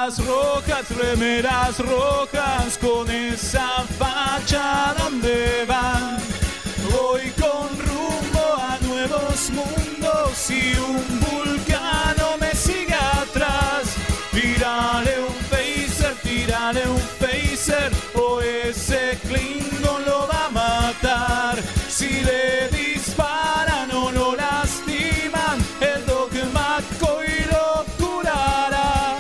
remeras rojas, con esa facha donde van. Voy con rumbo a nuevos mundos y un vulcano me sigue atrás. Tírale un phaser, o ese Klingon lo va a matar. Si le disparan o lo lastiman, el dogma y lo curará.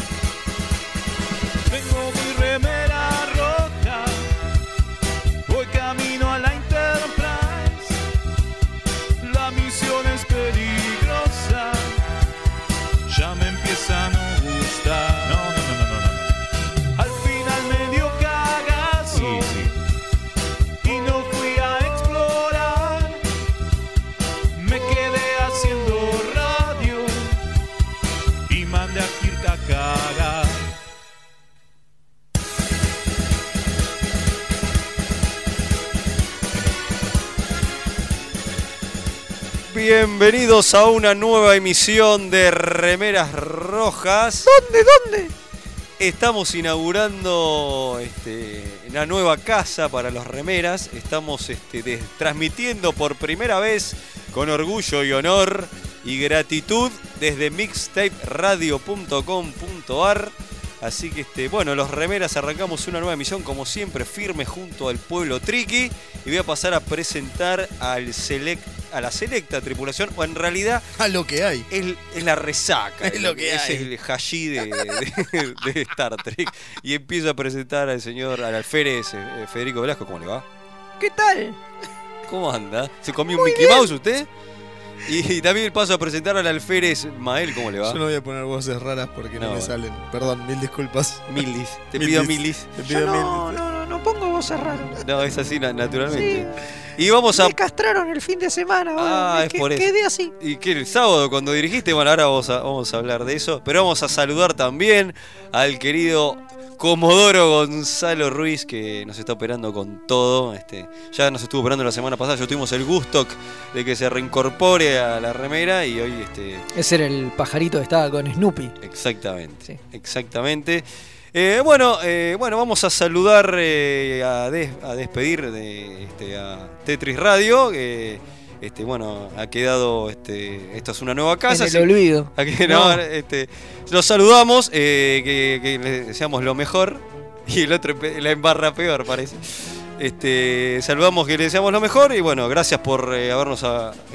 Tengo mi remera roja, voy camino a la Enterprise. La misión es peligrosa, ya me empieza a no gustar. Al final me dio cagazo y no fui a explorar. Me quedé haciendo radio y mandé a Kirk a cagar. Bienvenidos a una nueva emisión de Remeras Rojas. ¿Dónde? Estamos inaugurando una nueva casa para los remeras. Estamos transmitiendo por primera vez con orgullo y honor y gratitud desde mixtaperadio.com.ar. Así que los remeras arrancamos una nueva emisión como siempre, firme junto al pueblo triqui. Y voy a pasar a presentar a la selecta tripulación, o en realidad a lo que hay. Es la resaca, es lo que es hay. el hashí de Star Trek. Y empiezo a presentar al alférez Federico Velasco. ¿Cómo le va? ¿Qué tal? ¿Cómo anda? ¿Se comió un Mickey Mouse usted? Y también paso a presentar al alférez Mael. ¿Cómo le va? Yo no voy a poner voces raras porque no me salen. Perdón, mil disculpas. Milis. Te pido milis. No pongo voces raras. No, es así naturalmente. Sí. Y vamos a... Me castraron el fin de semana. Es por eso. Quedé así. Y que el sábado cuando dirigiste, bueno, ahora vamos a hablar de eso. Pero vamos a saludar también al querido Comodoro Gonzalo Ruiz, que nos está operando con todo. Ya nos estuvo operando la semana pasada. Yo tuvimos el gusto de que se reincorpore a la remera y hoy Ese era el pajarito que estaba con Snoopy. Exactamente. Sí. Exactamente. Bueno, vamos a saludar, a despedir a Tetris Radio. Ha quedado, esto es una nueva casa. En el olvido. Los saludamos, que les deseamos lo mejor. Y el otro la embarra peor, parece. Saludamos, que les deseamos lo mejor. Y bueno, gracias por habernos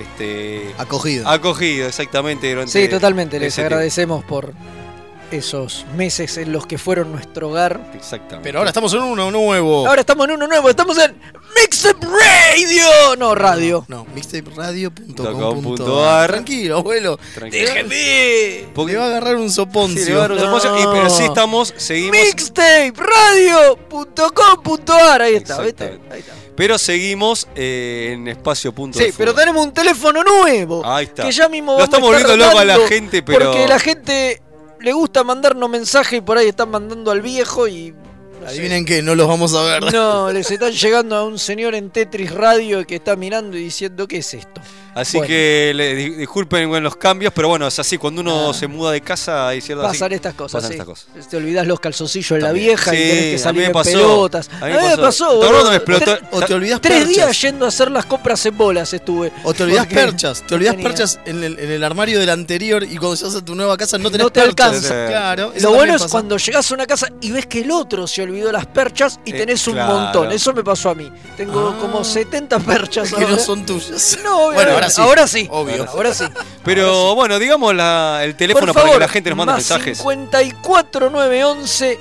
acogido, exactamente. Sí, totalmente, les agradecemos por esos meses en los que fueron nuestro hogar. Exactamente. Pero ahora estamos en uno nuevo. Estamos en Mixtape Radio. No, radio. No, mixtaperadio.com.ar. Tranquilo, abuelo. Déjenme. Porque le va a agarrar un soponcio. Sí, le va a agarrar un soponcio. Pero sí seguimos. Mixtaperadio.com.ar. Ahí está, ¿viste? Ahí está. Pero seguimos en espacio punto. Sí, pero tenemos un teléfono nuevo. Ahí está. Que ya mismo lo estamos volviendo loco a la gente, pero. Porque la gente le gusta mandarnos mensajes y por ahí están mandando al viejo y... Adivinen qué, no los vamos a ver. No, les están llegando a un señor en Tetris Radio que está mirando y diciendo, ¿qué es esto? Así que disculpen los cambios, pero bueno, es así, cuando uno se muda de casa hay ciertas pasan estas cosas. Pasan estas cosas. Te olvidás los calzoncillos en la También. vieja y tenés que salir en pelotas. A mí me pasó. Boludo. Me explotó. O te olvidás 3 perchas. días yendo a hacer las compras en bolas estuve. O te olvidás perchas. Te olvidás perchas en el armario del anterior y cuando llegas a tu nueva casa no tenés no te perchas. alcanza. Claro. Lo bueno es cuando llegás a una casa y ves que el otro se olvidó las perchas y tenés un montón. Eso me pasó a mí. Tengo como 70 perchas que no son tuyas. No, bueno, ahora sí. Obvio. Ahora sí. Pero bueno, digamos el teléfono para que la gente nos mande mensajes. 54911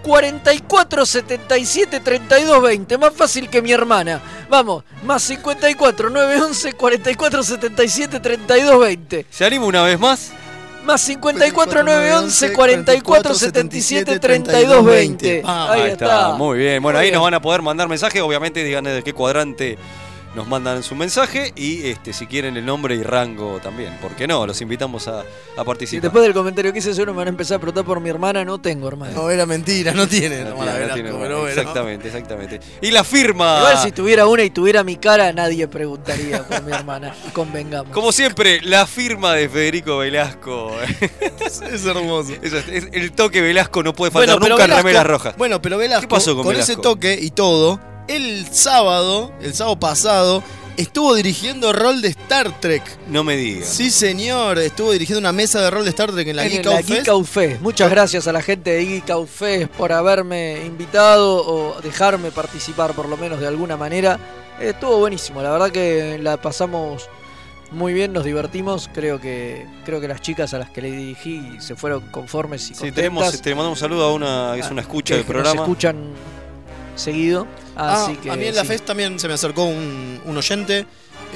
4477 3220. Más fácil que mi hermana. Vamos, más 54911 4477 3220. ¿Se anima una vez más? Más 54911 4477 3220. Ahí está, muy bien. Bueno, ahí nos van a poder mandar mensajes. Obviamente, digan de qué cuadrante nos mandan su mensaje y si quieren el nombre y rango también. ¿Por qué no? Los invitamos a Y participar. después del comentario que hice, seguro me van a empezar a preguntar por mi hermana. No tengo hermana. No, era mentira, no tiene No hermana tiene, Velasco, no tiene, pero bueno. Exactamente. Y la firma. Igual si tuviera una y tuviera mi cara, nadie preguntaría por mi hermana. Convengamos. Como siempre, la firma de Federico Velasco. Es hermoso. Eso es el toque Velasco, no puede faltar pero nunca en Velasco- remeras rojas. Bueno, pero Velasco, ¿Qué pasó con ese Velasco? toque y todo, el sábado pasado, estuvo dirigiendo rol de Star Trek. No me digas. Sí, señor, estuvo dirigiendo una mesa de rol de Star Trek en la Geek la Out Fest. Geek Out Fest. Muchas gracias a la gente de Geek Out Fest por haberme invitado o dejarme participar por lo menos de alguna manera. Estuvo buenísimo, la verdad que la pasamos muy bien, nos divertimos. Creo que las chicas a las que le dirigí se fueron conformes y Sí, contentas. te mandamos un saludo a una que es una escucha del que nos programa. escuchan seguido. Así que a mí en la sí. Fest también se me acercó un oyente,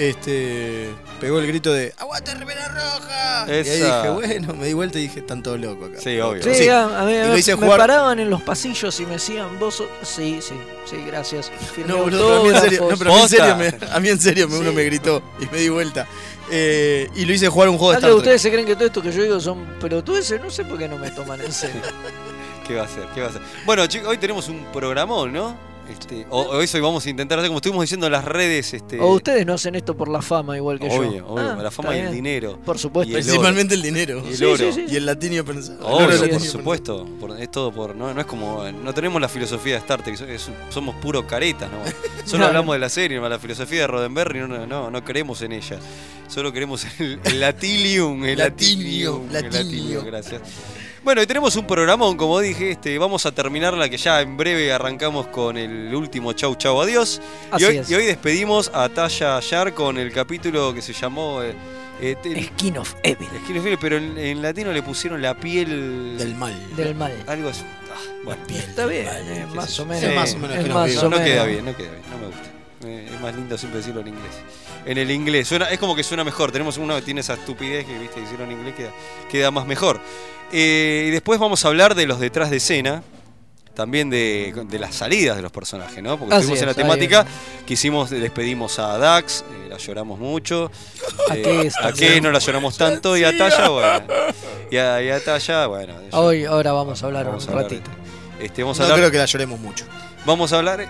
pegó el grito de ¡Aguante remera roja! Y ahí Esa. dije, bueno, me di vuelta y dije, están todos locos acá. Sí, obvio. Sí, Sí. a mí Y lo hice me jugar- paraban en los pasillos y me decían, vos sí, gracias. Firmé No, boludo, pero a mí en serio, autógrafos. no, pero a mí en serio, Posta. a mí en serio uno Sí. me gritó y me di vuelta. Y lo hice jugar un juego de Ah, que Star Trek. ustedes se creen que todo esto que yo digo son pelotudeces, no sé por qué no me toman en serio. ¿Qué va a hacer? Bueno, chicos, hoy tenemos un programón, ¿no? O eso vamos a intentar hacer, como estuvimos diciendo en las redes. O ustedes no hacen esto por la fama igual que Obvio, yo. obvio, Ah, la fama está y el bien. dinero. Por supuesto. Y el Principalmente el dinero. Y el Sí, oro. sí, sí. Y el latinio pensado. Obvio, el por latinio supuesto. Es todo por. No es como. No tenemos la filosofía de Star Trek, somos puro caretas, ¿no? Solo Claro. hablamos de la serie, la filosofía de Roddenberry, no creemos en ella. Solo queremos el latilium. El Latinio, latilium, gracias. Bueno, y tenemos un programón, como dije, vamos a terminar la que ya en breve arrancamos con el último Chau Chau Adiós. Así es. Y hoy despedimos a Taya Yar con el capítulo que se llamó Skin of Evil. Skin of Evil, pero en latino le pusieron la piel Del mal. Del mal. algo así. Bueno, Está bien, más o menos. Sí, más o menos es Skin of más Evil. o no menos. queda bien, no me gusta. Es más lindo siempre decirlo en inglés. En el inglés, es como que suena mejor. Tenemos uno que tiene esa estupidez que, viste, decirlo en inglés queda más mejor. Y después vamos a hablar de los detrás de escena, también de las salidas de los personajes, ¿no? Porque Así estuvimos en la es, temática que hicimos, despedimos a Dax, la lloramos mucho. ¿A a qué no la lloramos tanto? Y a Taya, bueno. Y a Taya, bueno. Ahora vamos a hablar Vamos un a hablar de- ratito. vamos a No hablar. creo que la lloremos mucho. Vamos a hablar,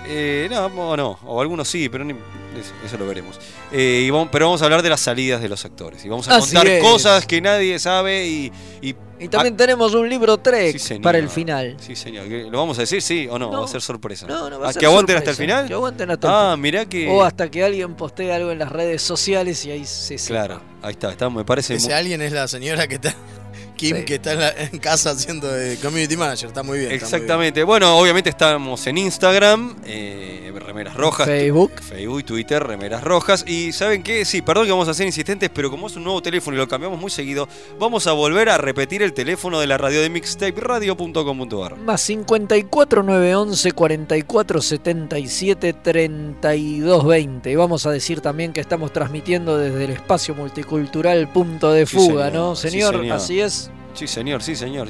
o algunos sí, pero eso lo veremos. Pero vamos a hablar de las salidas de los actores. Y vamos a Así contar es. cosas que nadie sabe y Y también tenemos un libro Trek Sí, señor. para el final. Sí, señor. ¿Lo vamos a decir, sí o no? No. Va a ser sorpresa. No, va a ser que aguanten sorpresa. hasta el final. Que aguanten hasta el final. Mirá que. O hasta que alguien postee algo en las redes sociales y ahí se sepa. Claro, ahí está, me parece. Ese alguien es la señora que está. Kim, Sí. que está en casa haciendo de community manager. Está muy bien. está muy bien. Exactamente. Bueno, obviamente estamos en Instagram, Remeras Rojas. Facebook. Facebook y Twitter, Remeras Rojas. Y ¿saben qué? Sí, perdón que vamos a ser insistentes, pero como es un nuevo teléfono y lo cambiamos muy seguido, vamos a volver a repetir el teléfono de la radio de mixtaperadio.com.ar. Más 54 911 44 77 32 20. Y vamos a decir también que estamos transmitiendo desde el espacio multicultural Punto de Sí, Fuga, señor. ¿no, Sí, señor? señor. Así es. Sí, señor.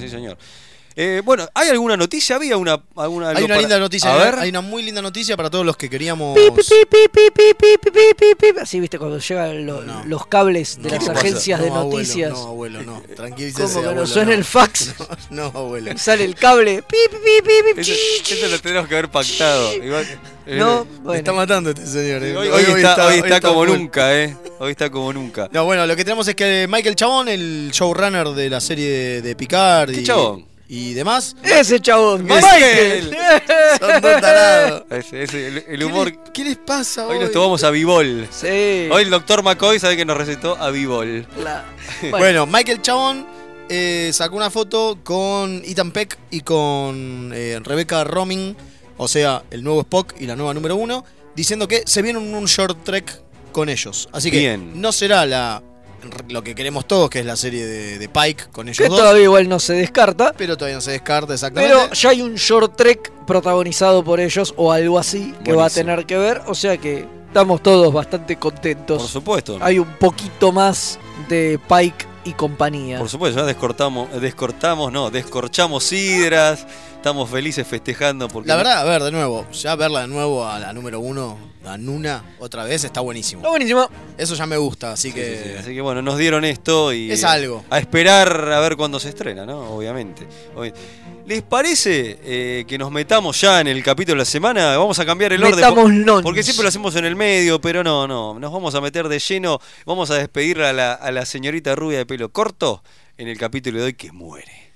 Bueno, ¿hay alguna noticia? ¿Había alguna Hay una para- linda noticia. A ver. Hay una muy linda noticia para todos los que queríamos. Pi, pi, pi, pi, pi, pi, pi, pi, pi, pi, pi. Así, viste, cuando llegan No. los cables de No, las ¿qué pasa? agencias de No, abuelo, noticias. No, abuelo, no. Tranquilícese. Como que abuelo, nos suena no. el fax. No, abuelo. Y sale el cable. Pi, pi, pi, pi, pi. Eso lo tenemos que haber pactado. No, Me bueno. está matando este señor. Hoy está como full. nunca, Hoy está como nunca. No, bueno, lo que tenemos es que Michael Chabón, el showrunner de la serie de Picard ¿Qué chabón? y demás, Ese chabón, Michael. son dos tarados. El humor. ¿Qué les pasa hoy? Hoy nos tomamos a Bivol. Sí. Hoy el doctor McCoy sabe que nos recetó a Bivol. Bueno, Michael Chabón sacó una foto con Ethan Peck y con Rebecca Romijn, o sea, el nuevo Spock y la nueva número 1, diciendo que se viene un short trek con ellos. Así que Bien. no será lo que queremos todos, que es la serie de Pike con ellos Que dos, todavía igual no se descarta. pero todavía no se descarta exactamente. Pero ya hay un short trek protagonizado por ellos o algo así que va a Buenísimo. tener que ver. O sea que estamos todos bastante contentos. Por supuesto. Hay un poquito más de Pike y compañía. Por supuesto, ya descorchamos sidras, estamos felices festejando porque La verdad, a ver, de nuevo, ya verla de nuevo a la número 1, a Nuna, otra vez, está buenísimo. Está buenísimo. Eso ya me gusta, así Sí, que... sí, sí. Así que bueno, nos dieron esto y Es algo. a esperar a ver cuándo se estrena, ¿no? Obviamente. ¿Les parece que nos metamos ya en el capítulo de la semana? Vamos a cambiar el orden. Metámonos. Porque siempre lo hacemos en el medio, pero no. Nos vamos a meter de lleno. Vamos a despedir a la señorita rubia de pelo corto en el capítulo de hoy que muere.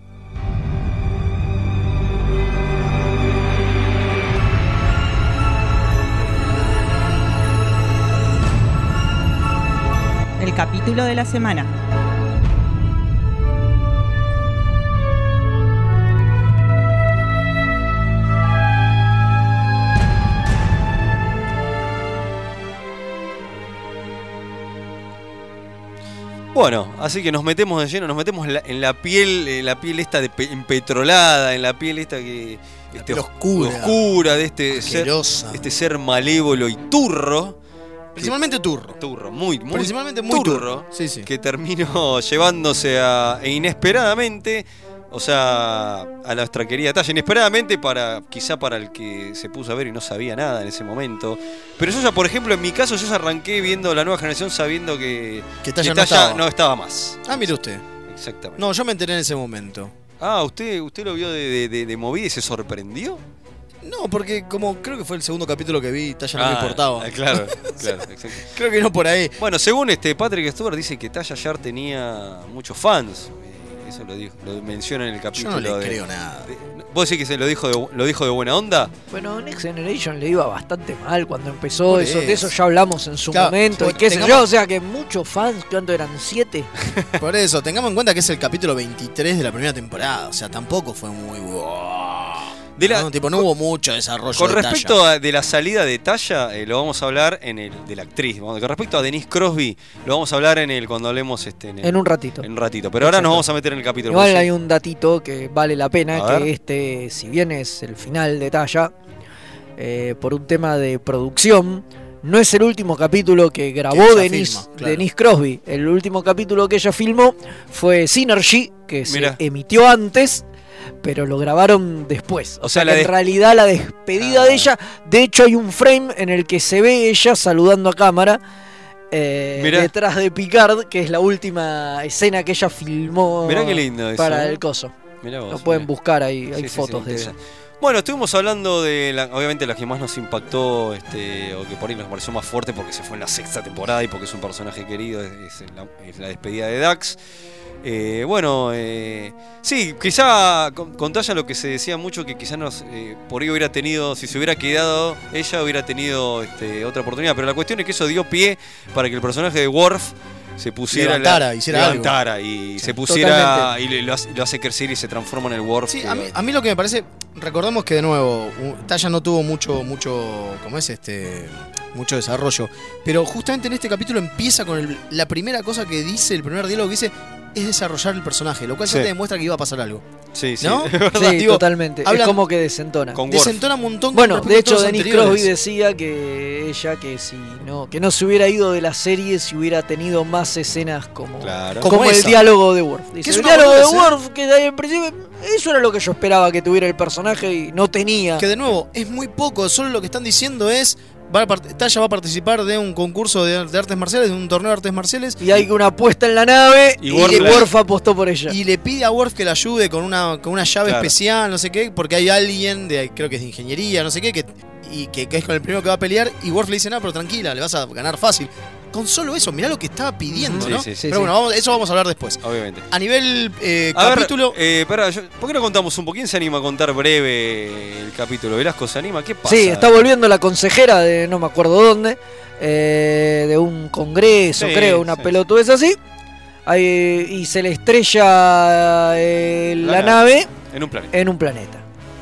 El capítulo de la semana. Bueno, así que nos metemos de lleno, nos metemos en la piel esta empetrolada, en la piel esta que piel oscura de este ser malévolo y turro. Principalmente turro. Turro, muy Principalmente muy turro. Sí. Que terminó llevándose inesperadamente, o sea, a nuestra querida Talla, inesperadamente quizá para el que se puso a ver y no sabía nada en ese momento. Pero yo ya, por ejemplo, en mi caso, yo ya arranqué viendo La Nueva Generación sabiendo que Talla no estaba más. Ah, mire usted. Exactamente. No, yo me enteré en ese momento. Ah, ¿usted lo vio de movida y se sorprendió? No, porque como creo que fue el segundo capítulo que vi, Talla no me importaba. Claro, exacto. Creo que no por ahí. Bueno, según Patrick Stewart dice que Talla Yar tenía muchos fans. Eso lo menciona en el capítulo. Yo no le creo nada. ¿Vos decís que se lo dijo de buena onda? Bueno, Next Generation le iba bastante mal cuando empezó Por eso. eso. De eso ya hablamos en su Claro, momento. Y pues qué sé yo, o sea que muchos fans, ¿cuánto eran? 7. Por eso, tengamos en cuenta que es el capítulo 23 de la primera temporada. O sea, tampoco fue muy... No hubo mucho desarrollo. Con de respecto Talla. de la salida de Talla, lo vamos a hablar de la actriz. Con respecto a Denise Crosby, lo vamos a hablar cuando hablemos en un ratito. En un ratito. Pero ahora nos vamos a meter en el capítulo. Igual hay un datito que vale la pena, A que si bien es el final de Talla, por un tema de producción, no es el último capítulo que grabó Denise Crosby. El último capítulo que ella filmó fue Synergy, que se emitió antes, pero lo grabaron después. O sea que en realidad la despedida de ella, de hecho hay un frame en el que se ve ella saludando a cámara detrás de Picard, que es la última escena que ella filmó. Mirá qué lindo para eso. El coso. Mirá vos, lo pueden buscar ahí, hay fotos de eso. Bueno, estuvimos hablando de obviamente la que más nos impactó, o que por ahí nos pareció más fuerte porque se fue en la 6ª temporada y porque es un personaje querido, es la despedida de Dax. Sí, quizá con Talla lo que se decía mucho, que quizá por ahí hubiera tenido, si se hubiera quedado ella, hubiera tenido otra oportunidad, pero la cuestión es que eso dio pie para que el personaje de Worf se pusiera levantara y se pusiera totalmente. Y lo hace crecer y se transforma en el Worf. Sí, a mí lo que me parece, recordemos que de nuevo Talla no tuvo mucho desarrollo, pero justamente en este capítulo empieza con la primera cosa que dice, el primer diálogo que dice es desarrollar el personaje, lo cual ya te demuestra que iba a pasar algo. Sí, ¿no? Sí, totalmente. Es como que desentona. Desentona un montón. Bueno, de hecho, Denise Crosby decía que ella que no se hubiera ido de la serie si hubiera tenido más escenas como el diálogo de Worf. Dice, el diálogo de Worf, que en principio eso era lo que yo esperaba que tuviera el personaje y no tenía. Que de nuevo, es muy poco, solo lo que están diciendo es Talla va a participar de un concurso de artes marciales, de un torneo de artes marciales. Y hay una apuesta en la nave y Worf apostó por ella. Y le pide a Worf que la ayude con una llave especial, no sé qué, porque hay alguien, creo que es de ingeniería, no sé qué, que es con el primero que va a pelear. Y Worf le dice, no, pero tranquila, le vas a ganar fácil. Con solo eso, mirá lo que estaba pidiendo, ¿no? Pero bueno, eso vamos a hablar después. Obviamente. A nivel capítulo... ¿por qué no contamos un poco? ¿Quién se anima a contar breve el capítulo? ¿Velasco se anima? ¿Qué pasa? Sí, está volviendo la consejera de no me acuerdo dónde, de un congreso, creo, una pelotudez así. Y se le estrella la nave en un planeta.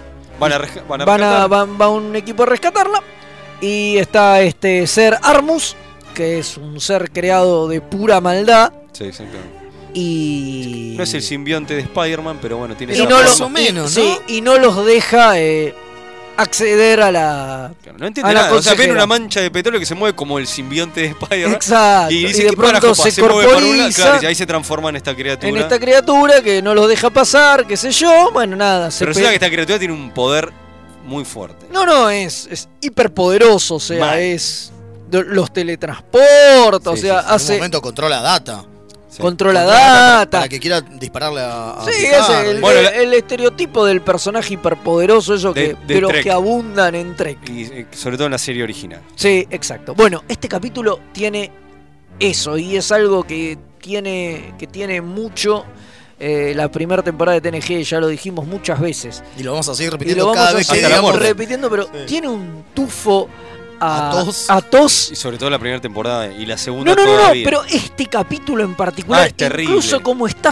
Va un equipo a rescatarla. Y está ser Armus, que es un ser creado de pura maldad. Sí, exactamente. Y no es el simbionte de Spider-Man, pero bueno, tiene más o menos, ¿no? Sí, y no los deja acceder a la... Claro, no entiende a la nada. O sea, ven consejera. una mancha de petróleo que se mueve como el simbionte de Spider-Man. Exacto. Y dice de que para pronto se se mueve para un lado. corporiza Claro, y ahí se transforma en esta criatura. en esta criatura que no los deja pasar, qué sé yo. Bueno, nada. Pero resulta que esta criatura tiene un poder muy fuerte. No, es hiperpoderoso, o sea, Mal. los teletransporta, o Sí, sea, sí, sí. En un hace... momento controla data. Sí. Controla Controla data. Para que quiera dispararle a Sí, Picard. es el, Bueno, el estereotipo del personaje hiperpoderoso, eso De de los Trek. que abundan en Trek. Y sobre todo en la serie original. Sí, exacto. Bueno, este capítulo tiene eso, y es algo que tiene mucho la primera temporada de TNG, ya lo dijimos muchas veces. Y lo vamos a seguir Y repitiendo lo vamos cada a vez que hasta la digamos. muerte. repitiendo, pero Sí. tiene un tufo A tos. a tos. Y sobre todo la primera temporada y la segunda No, todavía. pero este capítulo en particular, Es terrible. incluso como está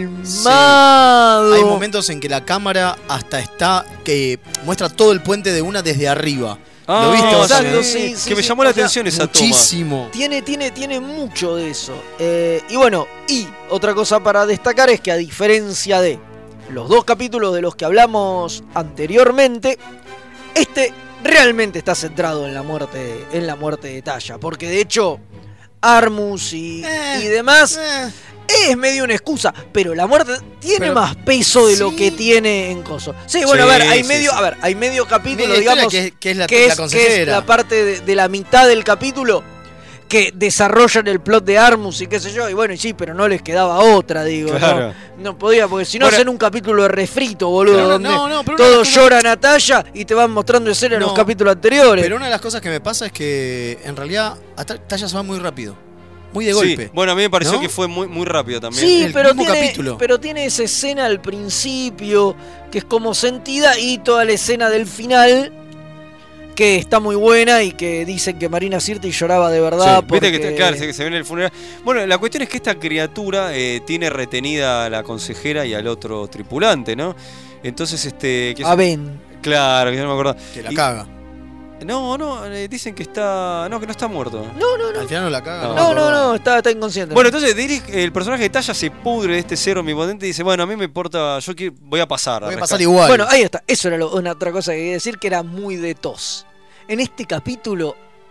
filmado. Hay momentos en que la cámara hasta está que muestra todo el puente de una desde arriba. ¿Lo viste, exacto, Basile? sí, que me sí, llamó o la sea, atención esa toma. Muchísimo. Tiene mucho de eso. Y bueno, y otra cosa para destacar es que a diferencia de los dos capítulos de los que hablamos anteriormente, este realmente está centrado en la muerte de Tasha. Porque de hecho, Armus y demás es medio una excusa, pero la muerte tiene Pero- más peso de lo sí. que tiene en Coso. Sí, bueno, Sí, a ver, hay sí, medio, sí. a ver, hay medio capítulo, Media historia digamos, que es la que es consejera. la parte de la mitad del capítulo que desarrollan el plot de Armus y qué sé yo, y bueno, y sí, pero no les quedaba otra, digo, Claro. no podía, porque si no Bueno, hacen un capítulo de refrito, boludo, Pero donde no, pero una todos de las cosas- lloran a Talla y te van mostrando escenas en No, los capítulos anteriores. Pero una de las cosas que me pasa es que en realidad Talla se va muy rápido. Muy de Sí, golpe. bueno, a mí me pareció ¿No? que fue muy, muy rápido también. Sí, el pero mismo tiene, capítulo. pero tiene esa escena al principio que es como sentida y toda la escena del final que está muy buena y que dicen que Marina Sirtis lloraba de verdad. Sí, viste que porque- claro, se ve en el funeral. Bueno, la cuestión es que esta criatura tiene retenida a la consejera y al otro tripulante, ¿no? Entonces, que A Ben. claro, que yo no me acuerdo. Que la Y- caga. No, dicen que está. No, que no está muerto. Al final no la caga. No, está inconsciente. Bueno, entonces el personaje de Talla se pudre de este ser omnipotente y dice, bueno, a mí me importa, voy a pasar. Voy a rescatar". pasar igual. Bueno, ahí está. Eso era una otra cosa que quería decir, que era muy de tos. En este capítulo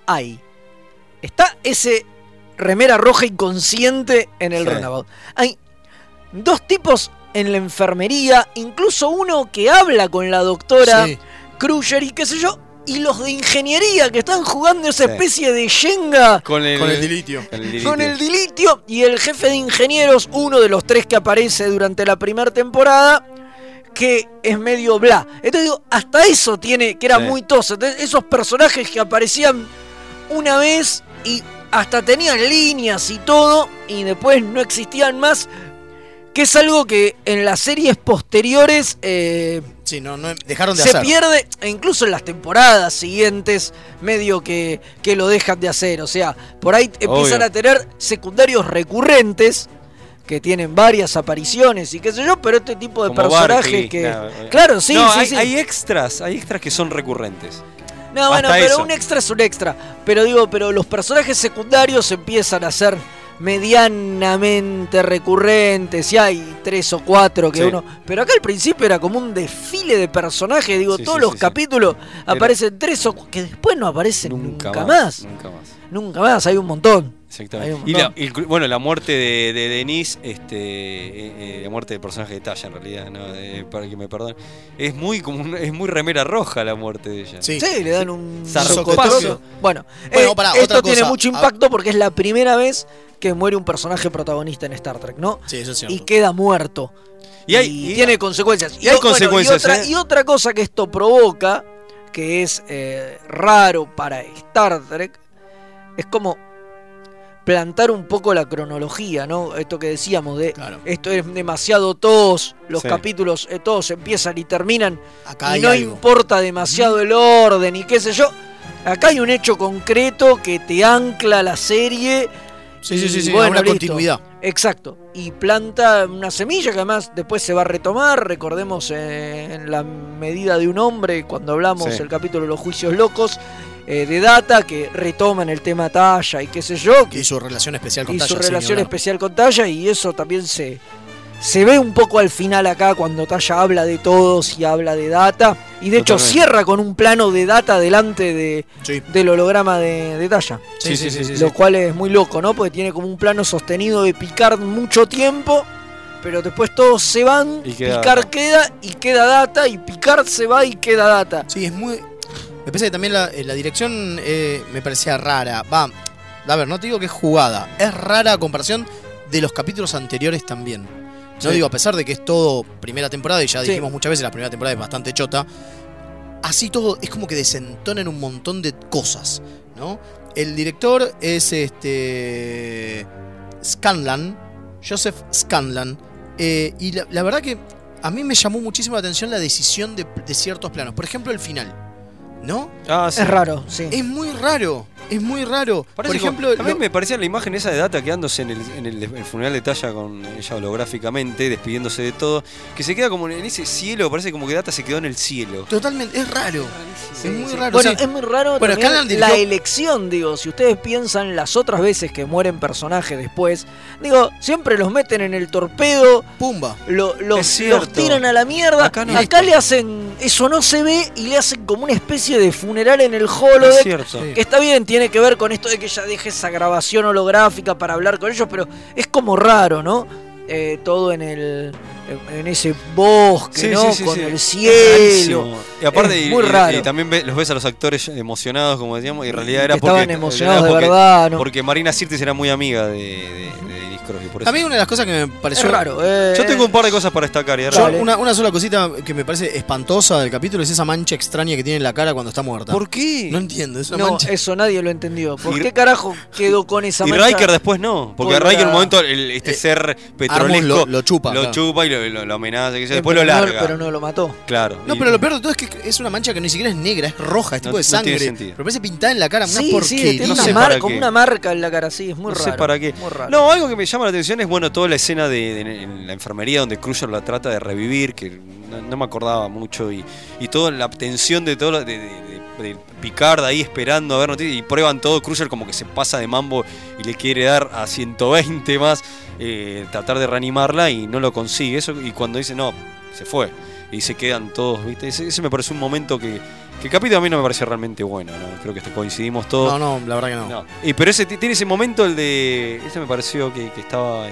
está ese remera roja inconsciente en el Sí. Runabout. Hay dos tipos en la enfermería, incluso uno que habla con la doctora Sí. Crusher y qué sé yo, y los de ingeniería que están jugando esa Sí. especie de Shenga Con el dilitio. con el dilitio, y el jefe de ingenieros, uno de los tres que aparece durante la primera temporada, que es medio bla. Entonces digo, hasta eso tiene, que era Sí. muy toso. Entonces, esos personajes que aparecían una vez y hasta tenían líneas y todo, y después no existían más, que es algo que en las series posteriores Sí, no dejaron de se hacer. pierde, e incluso en las temporadas siguientes, medio que lo dejan de hacer. O sea, por ahí empiezan Obvio. a tener secundarios recurrentes que tienen varias apariciones y qué sé yo, pero este tipo de Como personajes Barclay, que... claro. Claro, sí, No, sí, sí. hay extras que son recurrentes. No, bueno, hasta pero eso. un extra es un extra. Pero digo, pero los personajes secundarios empiezan a ser medianamente recurrentes. Y hay 3 o 4 que Sí. uno... Pero acá al principio era como un desfile de personajes. Digo, Sí, todos sí, los sí, sí. capítulos aparecen 3 o... que después no aparecen nunca más. Nunca más. Nunca más, hay un montón. Exactamente. Hay un Y montón. bueno, la muerte de Denise, la muerte del personaje de Talla en realidad, ¿no? Para que me perdonen, es muy remera roja la muerte de ella. Sí. Sí, le dan un Zarpazo. socotrozo. Bueno, pará, esto otra tiene cosa. mucho impacto porque es la primera vez que muere un personaje protagonista en Star Trek, ¿no? Sí, eso es cierto. Y queda muerto. Y tiene consecuencias. y hay consecuencias, y otra cosa que esto provoca, que es raro para Star Trek, es como plantar un poco la cronología, ¿no? Esto que decíamos de Claro. esto es demasiado todos, los Sí. capítulos todos empiezan y terminan Acá y hay no algo. importa demasiado el orden y qué sé yo. Acá hay un hecho concreto que te ancla la serie. Sí, y una listo. continuidad. Exacto. Y planta una semilla que además después se va a retomar. Recordemos en la medida de un hombre, cuando hablamos Sí. el capítulo de los juicios locos, de Data, que retoman el tema Talla y qué sé yo. Y su relación especial con Y Talla. su sí, relación ni hablar. especial con Talla, y eso también se ve un poco al final acá cuando Talla habla de todos y habla de Data. Y de hecho Totalmente. cierra con un plano de Data delante Sí. del holograma de Talla. Sí. Lo cual es muy loco, ¿no? Porque tiene como un plano sostenido de Picard mucho tiempo, pero después todos se van, Y queda Picard Data. queda y queda Data, y Picard se va y queda Data. Sí, es muy... Me parece que también la dirección me parecía rara. Va, a ver, no te digo que es jugada. Es rara a comparación de los capítulos anteriores también. No Sí. digo, a pesar de que es todo primera temporada, y ya Sí. dijimos muchas veces, la primera temporada es bastante chota. Así todo es como que desentona en un montón de cosas, ¿no? El director es Scanlan, Joseph Scanlan. Y la verdad que a mí me llamó muchísimo la atención la decisión de ciertos planos. Por ejemplo, el final, ¿no? Ah, sí. Es raro, sí. Es muy raro, es muy raro. Parece Por ejemplo, a mí me parecía la imagen esa de Data quedándose en el funeral de Talla con ella holográficamente, despidiéndose de todo, que se queda como en ese cielo, parece como que Data se quedó en el cielo. totalmente, es raro. Sí, es muy sí. raro. Bueno, sí. es muy raro Bueno, también Scanlan la dirigió- elección, digo, si ustedes piensan las otras veces que mueren personajes después, digo, siempre los meten en el torpedo, Pumba. los Es cierto. tiran a la mierda, Acá no. acá le hacen, eso no se ve y le hacen como una especie de funeral en el Es holodeck, cierto. Sí. que está bien, tiene que ver con esto de que ella deje esa grabación holográfica para hablar con ellos, pero es como raro, ¿no? Todo en ese bosque, Sí, ¿no? sí, sí, con sí. el Es cielo. rarísimo. Y aparte, Es muy raro. y también los ves a los actores emocionados, como decíamos, y en realidad era Que porque estaban emocionados de porque- verdad, ¿no? Porque Marina Sirtis era muy amiga de Denise Crosby, por eso. A mí una de las cosas que me Es pareció... raro. Yo tengo un par de cosas para destacar. Y Yo, Dale. una sola cosita que me parece espantosa del capítulo es esa mancha extraña que tiene en la cara cuando está muerta. ¿Por qué? No entiendo, es una No, mancha. eso nadie lo entendió. ¿Por Y- qué carajo quedó con esa Y mancha? Riker después no, porque Por Riker en un la- momento este ser petrolesco lo chupa, lo claro. chupa y lo amenaza, que después Pero lo no- larga. pero no lo mató. Claro. No, y- pero lo peor de todo es que es una mancha que ni siquiera es negra, es roja, es tipo No- de no sangre. tiene sentido. Pero parece pintada en la cara, una Sí, porquería. tiene no una sé marca, para como qué. una marca en la cara, sí, es muy no raro. sé para qué. Muy raro. No, algo que me llama la atención es bueno toda la escena en la enfermería donde Crusher la trata de revivir, que no me acordaba mucho, y toda la tensión de todo de Picard ahí esperando a ver noticias, y prueban todo, Crusher como que se pasa de mambo y le quiere dar a 120 más, tratar de reanimarla y no lo consigue. Eso, y cuando dice no, se fue. Y se quedan todos, ¿viste? Ese me parece un momento que el capítulo a mí no me pareció realmente bueno, ¿no? Creo que coincidimos todos. No, la verdad que no. No. Pero tiene ese momento, el de. Ese me pareció que estaba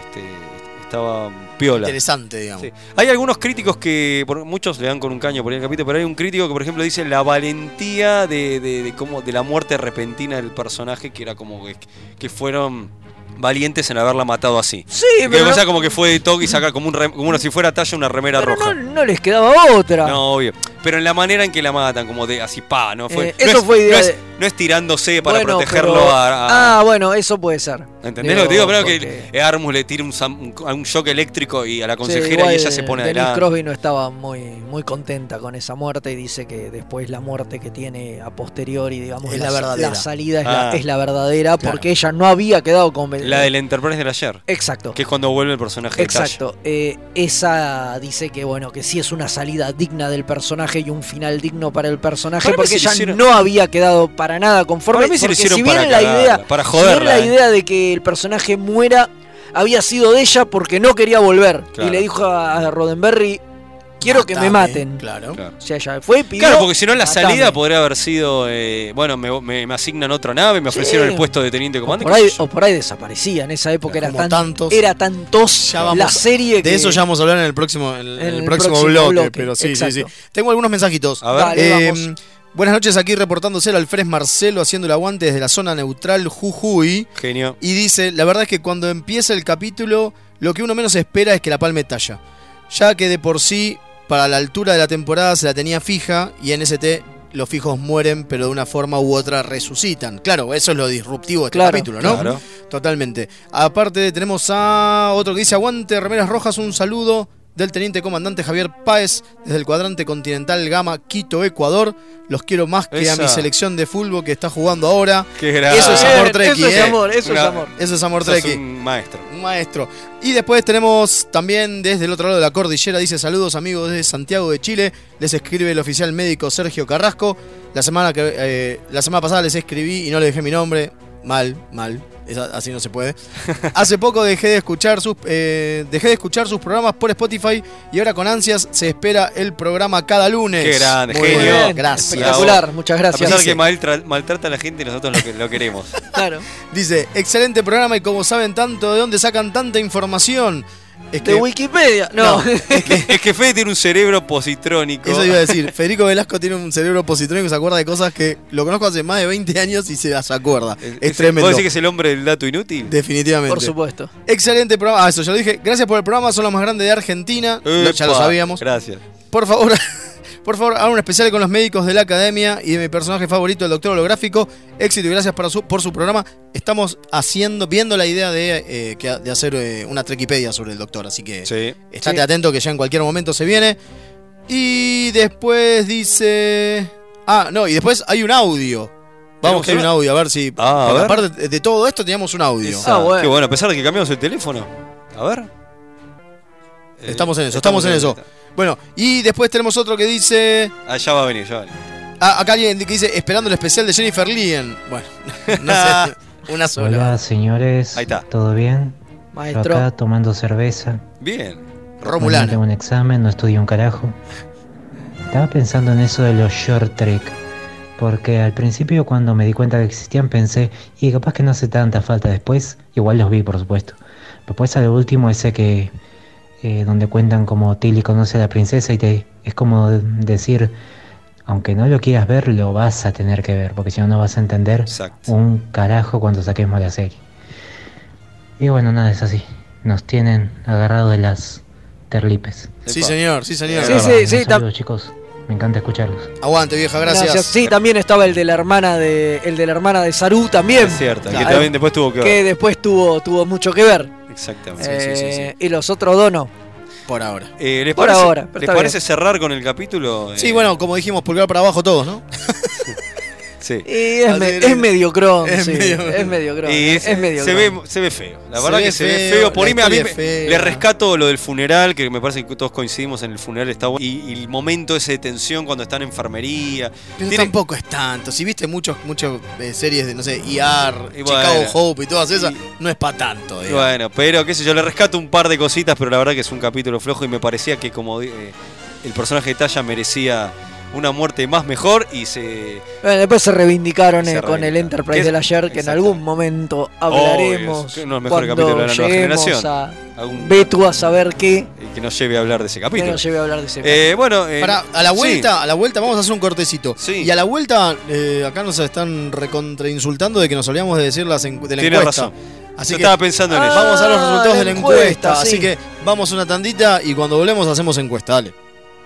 estaba piola. Interesante, digamos. Sí. Hay algunos críticos que muchos le dan con un caño por el capítulo, pero hay un crítico que por ejemplo dice la valentía de la muerte repentina del personaje, que era como que fueron valientes en haberla matado así. Sí, Que pero, cosa como que fue de toque y sacar como como si fuera Talla una remera pero roja. no les quedaba otra. No, obvio. Pero en la manera en que la matan, como de así pa, ¿no? Fue, eso fue idea no es tirándose para Bueno, protegerlo pero- a. Ah, bueno, eso puede ser. ¿Entendés lo que te digo? Pero porque- que Armus le tira un shock eléctrico y a la Sí, consejera igual y ella se pone Denise adelante. Crosby no estaba muy contenta con esa muerte y dice que después la muerte que tiene a posteriori, digamos, Es la verdadera. la salida Ah. es la verdadera, Claro. porque ella no había quedado convencida. La del Enterprise del ayer. Exacto. Que es cuando vuelve el personaje de Talla. Exacto. Esa dice que bueno, que sí es una salida digna del personaje y un final digno para el personaje, Para mí porque se lo ella hicieron- no había quedado para nada conforme. Para mí se lo porque hicieron si bien para la cagarla, idea, para si bien joderla, la idea de que el personaje muera había sido de ella porque no quería volver. Claro. Y le dijo a Roddenberry, quiero que me Matame, maten. Claro. Claro. O sea, ella fue y pidió, Claro, porque si no la "Matame". salida podría haber sido, bueno, me asignan otra nave, me Sí. ofrecieron el puesto de teniente O comandante. por, qué ahí, sé yo. o por ahí desaparecía. En esa época era Como tan, tantos. era tan tos Ya vamos- la serie que... De eso ya vamos a hablar en el próximo, en En el el próximo próximo bloque, bloque, pero sí, sí, exacto. sí. Tengo algunos mensajitos. A ver. Dale, vamos. Buenas noches, aquí reportándose el Alfred Marcelo haciendo el aguante desde la zona neutral Jujuy. Genio. Y dice, la verdad es que cuando empieza el capítulo, lo que uno menos espera es que la palme Talla. Ya que de por sí, para la altura de la temporada se la tenía fija y en ST los fijos mueren, pero de una forma u otra resucitan. Claro, eso es lo disruptivo de este Claro, capítulo, ¿no? Claro. Totalmente. Aparte tenemos a otro que dice, aguante, remeras rojas, un saludo del teniente comandante Javier Páez desde el cuadrante continental Gama, Quito, Ecuador. Los quiero más que a Esa. mi selección de fútbol que está jugando ahora. Qué grande. Eso es Bien, amor treki, eso es ¿eh? amor, eso Una- es amor. Eso es amor Sos treki. un maestro. Un maestro. Y después tenemos también desde el otro lado de la cordillera, dice saludos amigos desde Santiago de Chile. Les escribe el oficial médico Sergio Carrasco. La semana pasada les escribí y no le dejé mi nombre. Mal. Así no se puede. Hace poco dejé de escuchar sus programas por Spotify y ahora con ansias se espera el programa cada lunes. Qué grande, Muy genio. bien, gracias. Espectacular, muchas A gracias. pesar que maltrata a la gente, nosotros lo queremos. Claro. Dice, excelente programa y como saben tanto de dónde sacan tanta información. Es De Wikipedia. No. Es que Fede tiene un cerebro positrónico. Eso iba a decir. Federico Velasco tiene un cerebro positrónico, se acuerda de cosas que lo conozco hace más de 20 años y se las acuerda. Es tremendo. ¿Vos decís que es el hombre del dato inútil? Definitivamente. Por supuesto. Excelente programa. Ah, eso ya lo dije. Gracias por el programa, son los más grandes de Argentina. Ya lo sabíamos. Gracias. Por favor, hagan un especial con los médicos de la academia y de mi personaje favorito, el doctor holográfico. Éxito y gracias por su programa. Estamos viendo la idea de hacer una trequipedia sobre el doctor, así que estate atento que ya en cualquier momento se viene. Y después dice... y después hay un audio. Vamos que hay un audio, a ver si... a ver. Aparte de todo esto teníamos un audio. Bueno. Qué bueno, a pesar de que cambiamos el teléfono. A ver. Estamos en eso. Bueno, y después tenemos otro que dice... Ya va a venir. Acá alguien que dice, esperando el especial de Jennifer Lien. Bueno, no sé, una sola. Hola, señores. Ahí está. ¿Todo bien? Maestro. Yo acá tomando cerveza. Bien. Romulana. Mañana tengo un examen, no estudio un carajo. Estaba pensando en eso de los short trek. Porque al principio cuando me di cuenta que existían pensé, y capaz que no hace tanta falta. Después, igual los vi, por supuesto. Después al último ese que... donde cuentan como Tilly conoce a la princesa y es como decir, aunque no lo quieras ver, lo vas a tener que ver, porque si no, no vas a entender un carajo cuando saquemos la serie. Y bueno, nada, es así. Nos tienen agarrado de las terlipes. Sí, señor. Sí. Saludos, chicos. Me encanta escucharlos. Aguante, vieja, gracias. Sí, también estaba el de la hermana de Saru también. Es cierto, que también después tuvo que ver. Que después tuvo mucho que ver. Exactamente. Sí. Y los otros dos no. Por ahora. ¿Les Por parece, ahora, ¿les parece cerrar con el capítulo? Sí, bueno, como dijimos, pulgar para abajo todos, ¿no? Sí. Y es mediocrón. Es mediocrón. Y se ve feo. La verdad que se ve feo. Por ahí a mí le rescato lo del funeral, que me parece que todos coincidimos en el funeral. Está bueno. Y el momento ese de tensión cuando está en enfermería. Pero tampoco es tanto. Si viste muchas series de, no sé, ER, Chicago Hope y todas esas, no es para tanto. Digamos. Bueno, pero qué sé yo, le rescato un par de cositas, pero la verdad que es un capítulo flojo y me parecía que como el personaje de Taya merecía una muerte más mejor y después se reivindicaron con el Enterprise del ayer, que en algún momento hablaremos. Uno de los mejores capítulos de la nueva generación. Ve a saber qué. Que nos lleve a hablar de ese capítulo. Bueno, a la vuelta vamos a hacer un cortecito. Sí. Y a la vuelta, acá nos están recontrainsultando de que nos olvidamos de decir de la encuesta. Tiene razón. Así que estaba pensando en eso. Vamos a los resultados de la encuesta. Sí. Así que vamos a una tandita y cuando volvemos hacemos encuesta. Dale.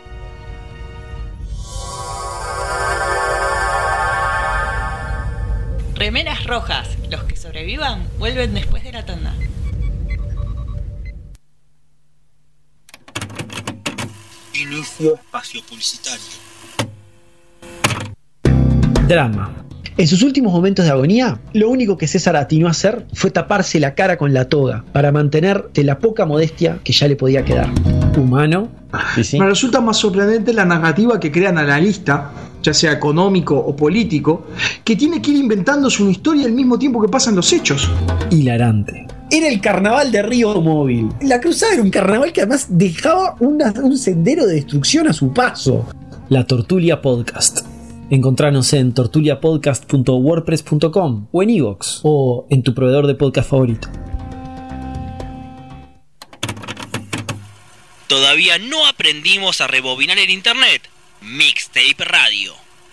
Remeras rojas. Los que sobrevivan vuelven después de la tanda. Inicio espacio publicitario. Drama. En sus últimos momentos de agonía, lo único que César atinó a hacer fue taparse la cara con la toga para mantener de la poca modestia que ya le podía quedar. Humano. Me resulta más sorprendente la narrativa que crea el analista, ya sea económico o político, que tiene que ir inventándose una historia al mismo tiempo que pasan los hechos. Hilarante. Era el carnaval de Río Móvil. La cruzada era un carnaval que además dejaba un sendero de destrucción a su paso. La Tortulia Podcast. Encontranos en tortuliapodcast.wordpress.com o en iVoox o en tu proveedor de podcast favorito. Todavía no aprendimos a rebobinar el internet. Mixtape Radio.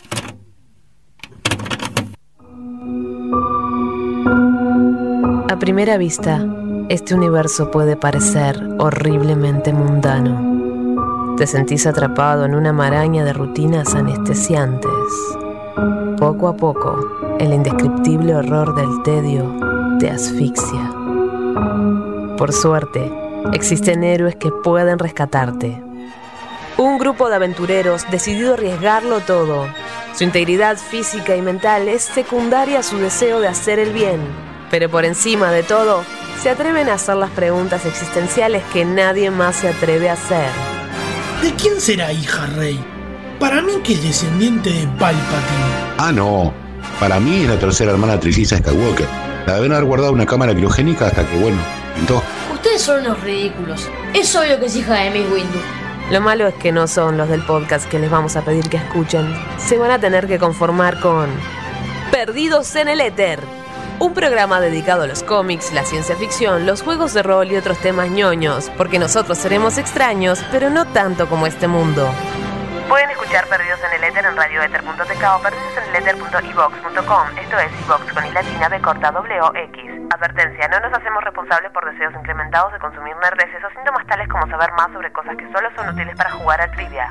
A primera vista, este universo puede parecer horriblemente mundano. Te sentís atrapado en una maraña de rutinas anestesiantes. Poco a poco, el indescriptible horror del tedio te asfixia. Por suerte, existen héroes que pueden rescatarte. Un grupo de aventureros decidido a arriesgarlo todo. Su integridad física y mental es secundaria a su deseo de hacer el bien. Pero por encima de todo, se atreven a hacer las preguntas existenciales que nadie más se atreve a hacer. ¿De quién será hija Rey? Para mí que es descendiente de Palpatine. Ah, no. Para mí es la tercera hermana trilliza Skywalker. La deben haber guardado en una cámara criogénica hasta que, bueno, pintó. Ustedes son unos ridículos. Es obvio que es hija de Miss Windu. Lo malo es que no son los del podcast que les vamos a pedir que escuchen. Se van a tener que conformar con Perdidos en el Éter, un programa dedicado a los cómics, la ciencia ficción, los juegos de rol y otros temas ñoños, porque nosotros seremos extraños, pero no tanto como este mundo. Pueden escuchar Perdidos en el Éter en radioether.tk o perdidoseneleter.evox.com. Esto es iVox con i latina b corta w-x. Advertencia, no nos hacemos responsables por deseos incrementados de consumir nerdeces o síntomas tales como saber más sobre cosas que solo son útiles para jugar a trivia.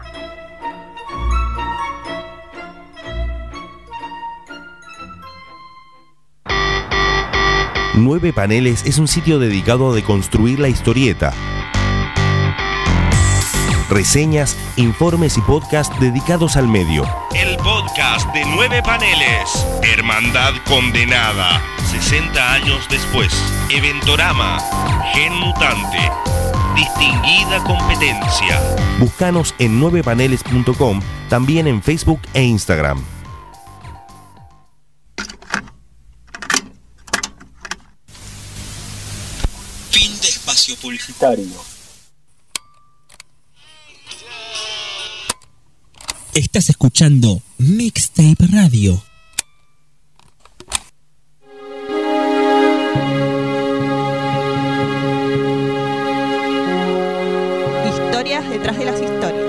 Nueve Paneles es un sitio dedicado a deconstruir la historieta. Reseñas, informes y podcast dedicados al medio. El podcast de 9 paneles. Hermandad condenada. 60 años después. Eventorama. Gen mutante. Distinguida competencia. Búscanos en 9paneles.com, también en Facebook e Instagram. Fin de espacio publicitario. Estás escuchando Mixtape Radio. Historias detrás de las historias.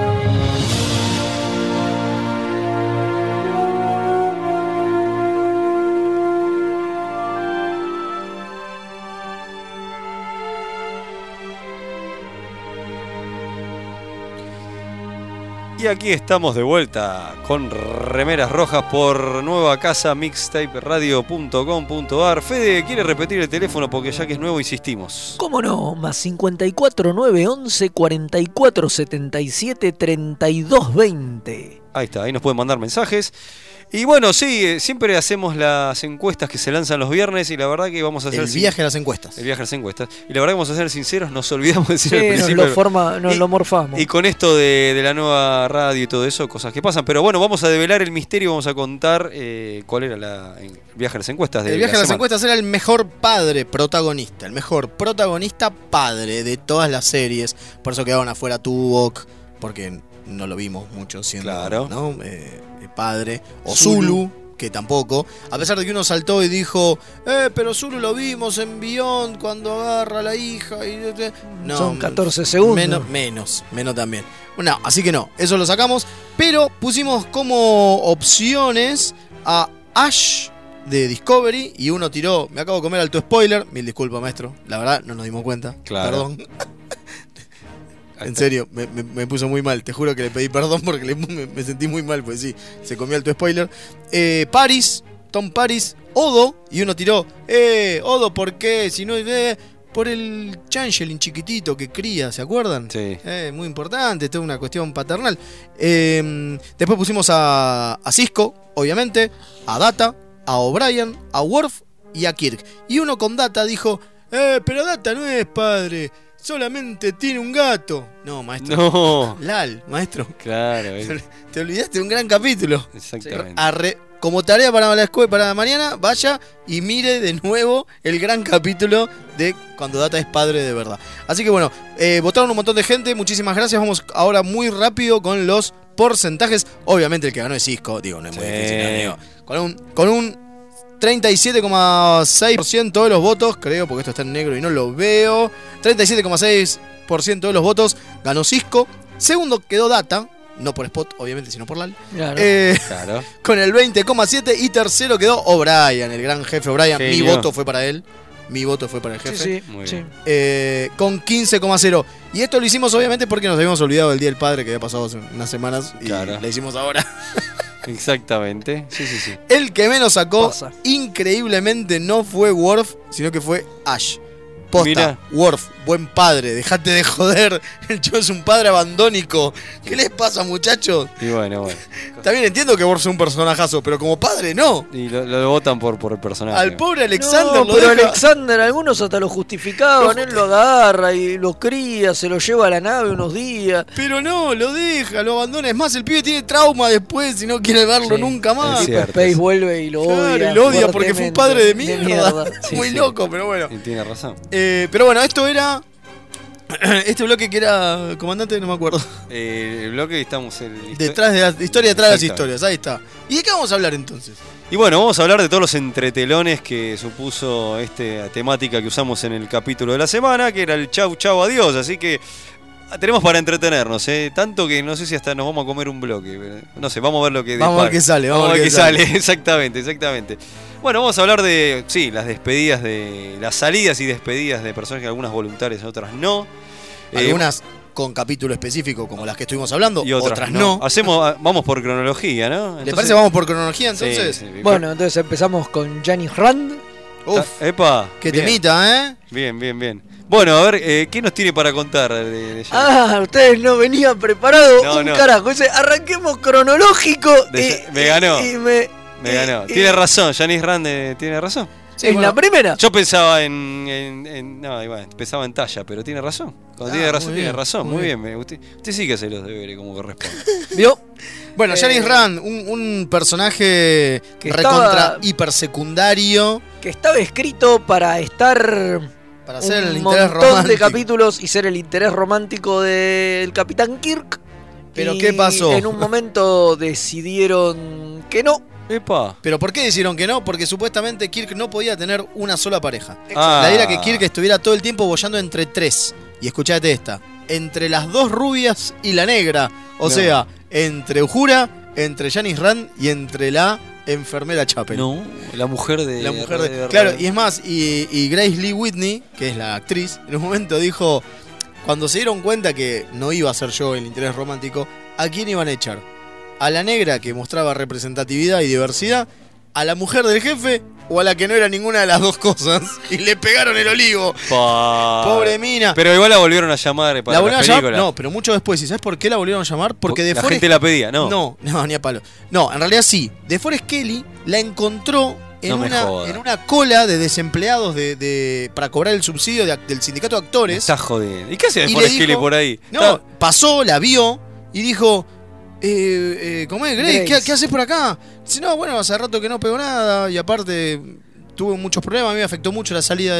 Y aquí estamos de vuelta con remeras rojas por nueva casa mixtaperadio.com.ar. Fede, ¿quiere repetir el teléfono? Porque ya que es nuevo insistimos. ¿Cómo no? Más 54 911 44 77 32 20. Ahí está, ahí nos pueden mandar mensajes. Y bueno, sí, siempre hacemos las encuestas que se lanzan los viernes y la verdad que vamos a hacer... El viaje a las encuestas. El viaje a las encuestas. Y la verdad que vamos a ser sinceros, nos olvidamos de decir Sí, al principio. nos lo morfamos. Y con esto de la nueva radio y todo eso, cosas que pasan. Pero bueno, vamos a develar el misterio, vamos a contar cuál era el viaje a las encuestas. El viaje a las encuestas era el mejor padre protagonista, el mejor protagonista padre de todas las series. Por eso quedaron afuera Tuvok, porque no lo vimos mucho siendo, claro, ¿no? Padre. O Zulu, que tampoco. A pesar de que uno saltó y dijo, pero Zulu lo vimos en Beyond cuando agarra a la hija. Y... No, son 14 segundos. Menos también. No, así que no, eso lo sacamos. Pero pusimos como opciones a Ash de Discovery y uno tiró, me acabo de comer alto spoiler, mil disculpas maestro, la verdad no nos dimos cuenta, claro. Perdón. En serio, me puso muy mal, te juro que le pedí perdón porque me sentí muy mal, pues sí, se comió alto spoiler. Paris, Tom Paris, Odo, y uno tiró, Odo, ¿por qué? Si no, por el Changeling chiquitito que cría, ¿se acuerdan? Sí. Muy importante, esto es una cuestión paternal. Después pusimos a Sisko, obviamente, a Data, a O'Brien, a Worf y a Kirk. Y uno con Data dijo, pero Data no es padre, solamente tiene un gato. No, maestro. No. Lal, maestro. Claro. Te olvidaste de un gran capítulo. Exactamente. Como tarea para la escuela, para mañana, vaya y mire de nuevo el gran capítulo de cuando Data es padre de verdad. Así que bueno, votaron un montón de gente, muchísimas gracias. Vamos ahora muy rápido con los porcentajes. Obviamente el que ganó es Sisko, digo, no es muy difícil, amigo. Con un 37,6% de los votos, creo, porque esto está en negro y no lo veo. 37,6% de los votos ganó Sisko. Segundo quedó Data, no por Spot, obviamente, sino por Lal. Claro. Claro. Con el 20,7%. Y tercero quedó O'Brien, el gran jefe O'Brien. Genio. Mi voto fue para él. Mi voto fue para el jefe. Sí, Muy sí. bien. Con 15,0%. Y esto lo hicimos obviamente porque nos habíamos olvidado del Día del Padre que había pasado hace unas semanas. Y Claro. la hicimos ahora. Exactamente. Sí. El que menos sacó, Pasa. increíblemente, no fue Worf, sino que fue Ash. Posta, Mirá. Worf, buen padre, dejate de joder. El chico es un padre abandónico. ¿Qué les pasa, muchachos? Y bueno. También entiendo que Worf es un personajazo, pero como padre no. Y lo votan por el personaje. Al pobre Alexander No, lo pero deja. Alexander, algunos hasta lo justificaban, él lo agarra y lo cría, se lo lleva a la nave unos días. Pero no, lo deja, lo abandona. Es más, el pibe tiene trauma después y no quiere verlo nunca más. Es cierto, Space vuelve y lo Claro, odia. y lo odia porque fue un padre de mierda. Sí, Muy sí. loco, pero bueno. Y tiene razón. Pero bueno, esto era. Este bloque que era. Comandante, no me acuerdo. El bloque estamos en Detrás de la historia, detrás de las Exacto. historias, ahí está. ¿Y de qué vamos a hablar entonces? Y bueno, vamos a hablar de todos los entretelones que supuso esta temática que usamos en el capítulo de la semana, que era el chau chau adiós, así que tenemos para entretenernos, tanto que no sé si hasta nos vamos a comer un bloque, pero no sé, vamos a ver lo que Vamos a ver qué sale, vamos a ver qué sale. Exactamente. Bueno, vamos a hablar de, sí, las despedidas las salidas y despedidas de personas, que algunas voluntarias, otras no. Algunas con capítulo específico, como las que estuvimos hablando, Y otras no. Vamos por cronología, ¿no? ¿Les parece vamos por cronología entonces? Sí. Bueno, entonces empezamos con Janice Rand. Uf, Epa, qué bien. temita, ¿eh? Bien. Bueno, a ver, ¿qué nos tiene para contar de Ustedes no venían preparados. No. Carajo. Arranquemos cronológico. Me ganó. Me ganó. Tiene razón, Janice Rand tiene razón. Sí, ¿Es bueno, la primera? Yo pensaba no, igual, pensaba en talla, pero tiene razón. Cuando tiene razón, muy tiene bien, razón. muy Muy bien. Usted sí que hace los deberes como corresponde. ¿Vio? Bueno, Janice Rand, un personaje que recontra estaba- hipersecundario. Que estaba escrito para estar Para ser el un interés montón de romántico. capítulos y ser el interés romántico del Capitán Kirk. Pero Y ¿qué pasó? En un momento decidieron que no. Epa. ¿Pero por qué dijeron que no? Porque supuestamente Kirk no podía tener una sola pareja. Ah. La idea era que Kirk estuviera todo el tiempo bollando entre tres. Y escuchate esta. Entre las dos rubias y la negra. O No. sea, entre Uhura, entre Janice Rand y entre la enfermera Chapel. No, la mujer de. La mujer de. Claro, y es más, y Grace Lee Whitney, que es la actriz, en un momento dijo, cuando se dieron cuenta que no iba a ser yo el interés romántico, ¿a quién iban a echar? ¿A la negra que mostraba representatividad y diversidad? ¿A la mujer del jefe? ¿O a la que no era ninguna de las dos cosas? Y le pegaron el olivo. Pobre mina. Pero igual la volvieron a llamar para ¿La la volvieron a película. llamar? No, pero mucho después. ¿Y sabes por qué la volvieron a llamar? Porque de la Forrest... gente la pedía, ¿no? No, ni a palo. No, en realidad sí. De Forrest Kelly la encontró en, No me jodas. en una cola de desempleados para cobrar el subsidio del sindicato de actores. Está jodiendo. ¿Y qué hace Y Forrest le Kelly dijo- por ahí? No, pasó, la vio y dijo... ¿Cómo es, Grace? Grace. ¿Qué haces por acá? Dice, no, bueno, hace rato que no pegó nada y aparte tuve muchos problemas, a mí me afectó mucho la salida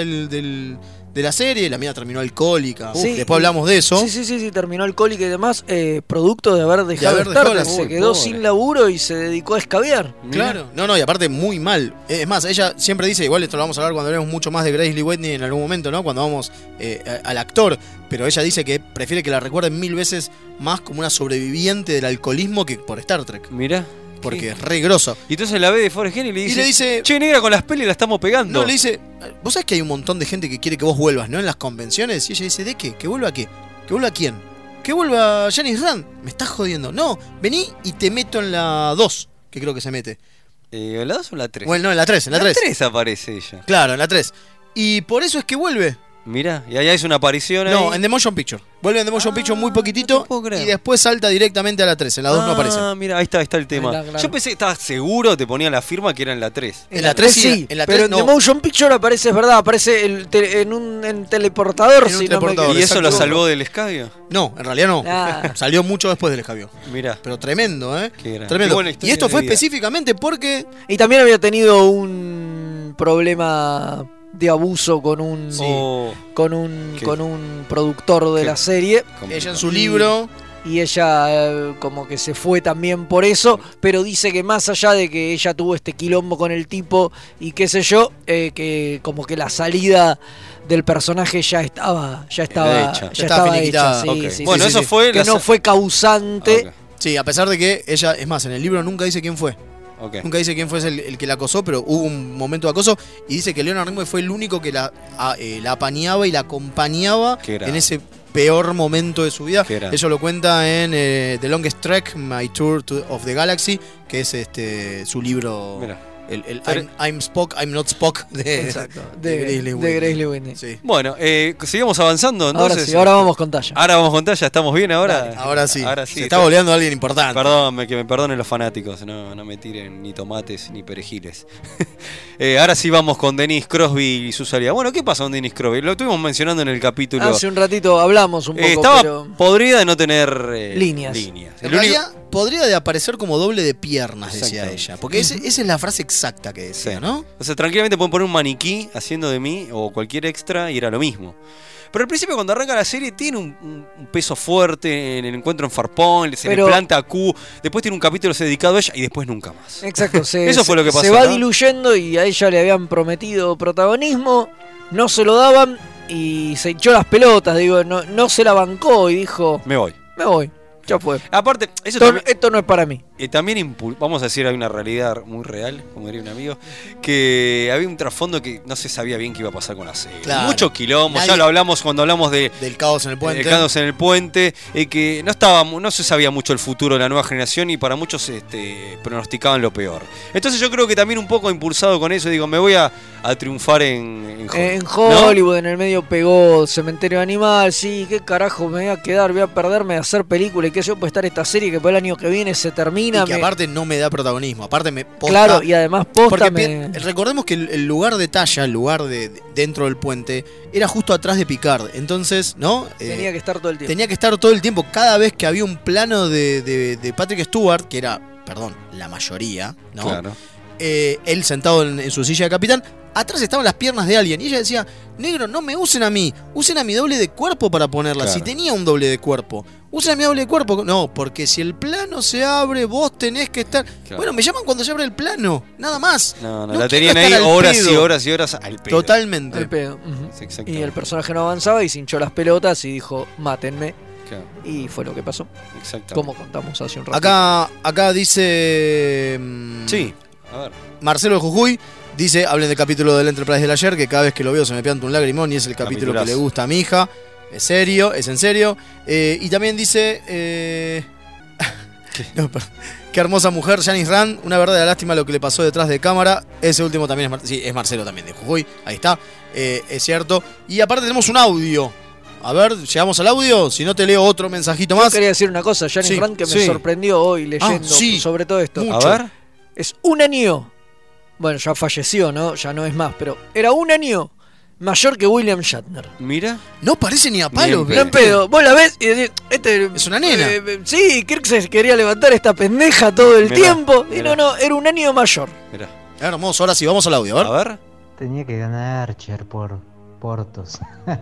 de la serie, la mía terminó alcohólica. Sí, Después hablamos de eso. Sí, terminó alcohólica y demás, producto de haber dejado haber de estar, dejado la se serie, quedó pobre. sin laburo y se dedicó a escabiar. Claro, no, y aparte muy mal. Es más, ella siempre dice, igual esto lo vamos a hablar cuando hablemos mucho más de Grace Lee Whitney en algún momento, ¿no? Cuando vamos al actor, pero ella dice que prefiere que la recuerden 1000 veces más como una sobreviviente del alcoholismo que por Star Trek. Mirá. Porque es re grosso. Y entonces la ve de Forrest Kelly y le Y dice, le dice, che, negra, con las pelis la estamos pegando. no, le dice, vos sabés que hay un montón de gente que quiere que vos vuelvas, ¿no? En las convenciones. Y ella dice, ¿de qué? ¿Que vuelva a qué? ¿Que vuelva a quién? ¿Que vuelva a Janice Rand? Me estás jodiendo. No, vení y te meto en la 2, que creo que se mete. ¿La 2 o la 3? Bueno, no, en la 3, en la 3. La 3 aparece ella. Claro, en la 3. Y por eso es que vuelve. Mirá, y allá es una aparición ahí. No, en The Motion Picture. Vuelve en The Motion Picture muy poquitito y después salta directamente a la 3. En la 2 no aparece. Ah, mira, ahí está el tema. Claro. Yo pensé que estabas seguro, te ponía la firma que era en la 3. En la 3 sí, en la 3 pero en no. The Motion Picture aparece, es verdad, aparece en un teleportador. En un si teleportador, no me... ¿Y eso lo exacto. salvó del escabio? No, en realidad no. Ah. Salió mucho después del escabio. Mirá. Pero tremendo, ¿eh? Qué gran- Tremendo. qué buena Y historia esto de fue vida. específicamente porque... Y también había tenido un problema de abuso con un Oh, con un ¿Qué? con un productor de ¿Qué? la serie. Ella en su libro... Y ella como que se fue también por eso, pero dice que más allá de que ella tuvo este quilombo con el tipo y qué sé yo, que como que la salida del personaje ya estaba hecha. Ya estaba finiquitada. sí, Ok. sí, Bueno, sí, eso sí. fue que la no sa- fue causante. Ok. Sí, a pesar de que ella... Es más, en el libro nunca dice quién fue. Ok. Nunca dice quién fue el que la acosó, pero hubo un momento de acoso. Y dice que Leonard Nimoy fue el único que la apañaba y la acompañaba Qué grave. en ese peor momento de su vida. Qué grave. Eso lo cuenta en The Longest Trek, My Tour of the Galaxy, que es su libro Mira. I'm Spock, I'm not Spock de Grace Whitney. Sí. Bueno, seguimos avanzando entonces. Ahora sí, ahora vamos con Talla. Ahora vamos con Talla, ¿estamos bien ahora? Dale, ahora sí. Se está está volviendo alguien importante. Perdón, que me perdonen los fanáticos, no me tiren ni tomates ni perejiles. Ahora sí vamos con Dennis Crosby y su salida. Bueno, ¿qué pasa con Dennis Crosby? Lo estuvimos mencionando en el capítulo. Hace un ratito hablamos un poco, estaba pero podrida de no tener líneas. En realidad, podría de aparecer como doble de piernas, decía ella. Porque esa es la frase exacta que decía, ¿no? O sea, tranquilamente pueden poner un maniquí haciendo de mí o cualquier extra y era lo mismo. Pero al principio, cuando arranca la serie, tiene un peso fuerte en el encuentro en Farpoint, se le planta a Q, después tiene un capítulo dedicado a ella y después nunca más. Exacto, eso fue lo que pasó. Se va diluyendo y a ella le habían prometido protagonismo, no se lo daban y se echó las pelotas, digo, no se la bancó y dijo: Me voy. Ya fue. Aparte, esto no es para mí. También, vamos a decir, hay una realidad muy real, como diría un amigo, que había un trasfondo que no se sabía bien qué iba a pasar con la serie. Claro. Mucho quilombo, ya lo hablamos cuando hablamos del caos en el puente. El caos en el puente, que no se sabía mucho el futuro de la nueva generación y para muchos pronosticaban lo peor. Entonces yo creo que también un poco impulsado con eso, digo, me voy a triunfar en Hollywood. En Hollywood, ¿no? En el medio pegó Cementerio Animal, sí, qué carajo me voy a quedar, voy a perderme de hacer película y que yo puede estar esta serie que por el año que viene se termina. Y que aparte no me da protagonismo, aparte me posta. Claro, y además posta recordemos que el lugar de Talla, el lugar de dentro del puente, era justo atrás de Picard. Entonces, ¿no? Tenía que estar todo el tiempo. Tenía que estar todo el tiempo. Cada vez que había un plano de Patrick Stewart, que era, la mayoría, ¿no? Claro. Él sentado en su silla de capitán, atrás estaban las piernas de alguien. Y ella decía: negro, no me usen a mí, usen a mi doble de cuerpo para ponerla. Claro. Si tenía un doble de cuerpo, usen a mi doble de cuerpo. No, porque si el plano se abre, vos tenés que estar. Claro. Bueno, me llaman cuando se abre el plano, nada más. No, la tenían ahí horas y horas y horas al pedo. Totalmente. Al pedo. Sí, y el personaje no avanzaba y se hinchó las pelotas y dijo: mátenme. Claro. Y fue lo que pasó. Exactamente. Como contamos hace un rato. Acá dice. Sí. A ver. Marcelo de Jujuy dice: hablen del capítulo del Enterprise del ayer, que cada vez que lo veo se me pianta un lagrimón y es el capítulo que le gusta a mi hija. Es en serio. Y también dice: qué hermosa mujer, Janice Rand. Una verdadera lástima lo que le pasó detrás de cámara. Ese último también es Marcelo también de Jujuy. Ahí está. Es cierto. Y aparte tenemos un audio. A ver, llegamos al audio. Si no, te leo otro mensajito más. Yo quería decir una cosa, Janice Rand, que me sorprendió hoy leyendo sobre todo esto. Mucho. A ver. Es un año. Bueno, ya falleció, ¿no? Ya no es más, pero era un año mayor que William Shatner. Mira. No parece ni a palo. No en pedo. Vos la ves y decís: es una nena. Sí, Kirk se quería levantar esta pendeja todo el tiempo. Y no, era un año mayor. Mirá. Hermoso, ahora sí, vamos al audio, a ver. Tenía que ganar Archer por Portos.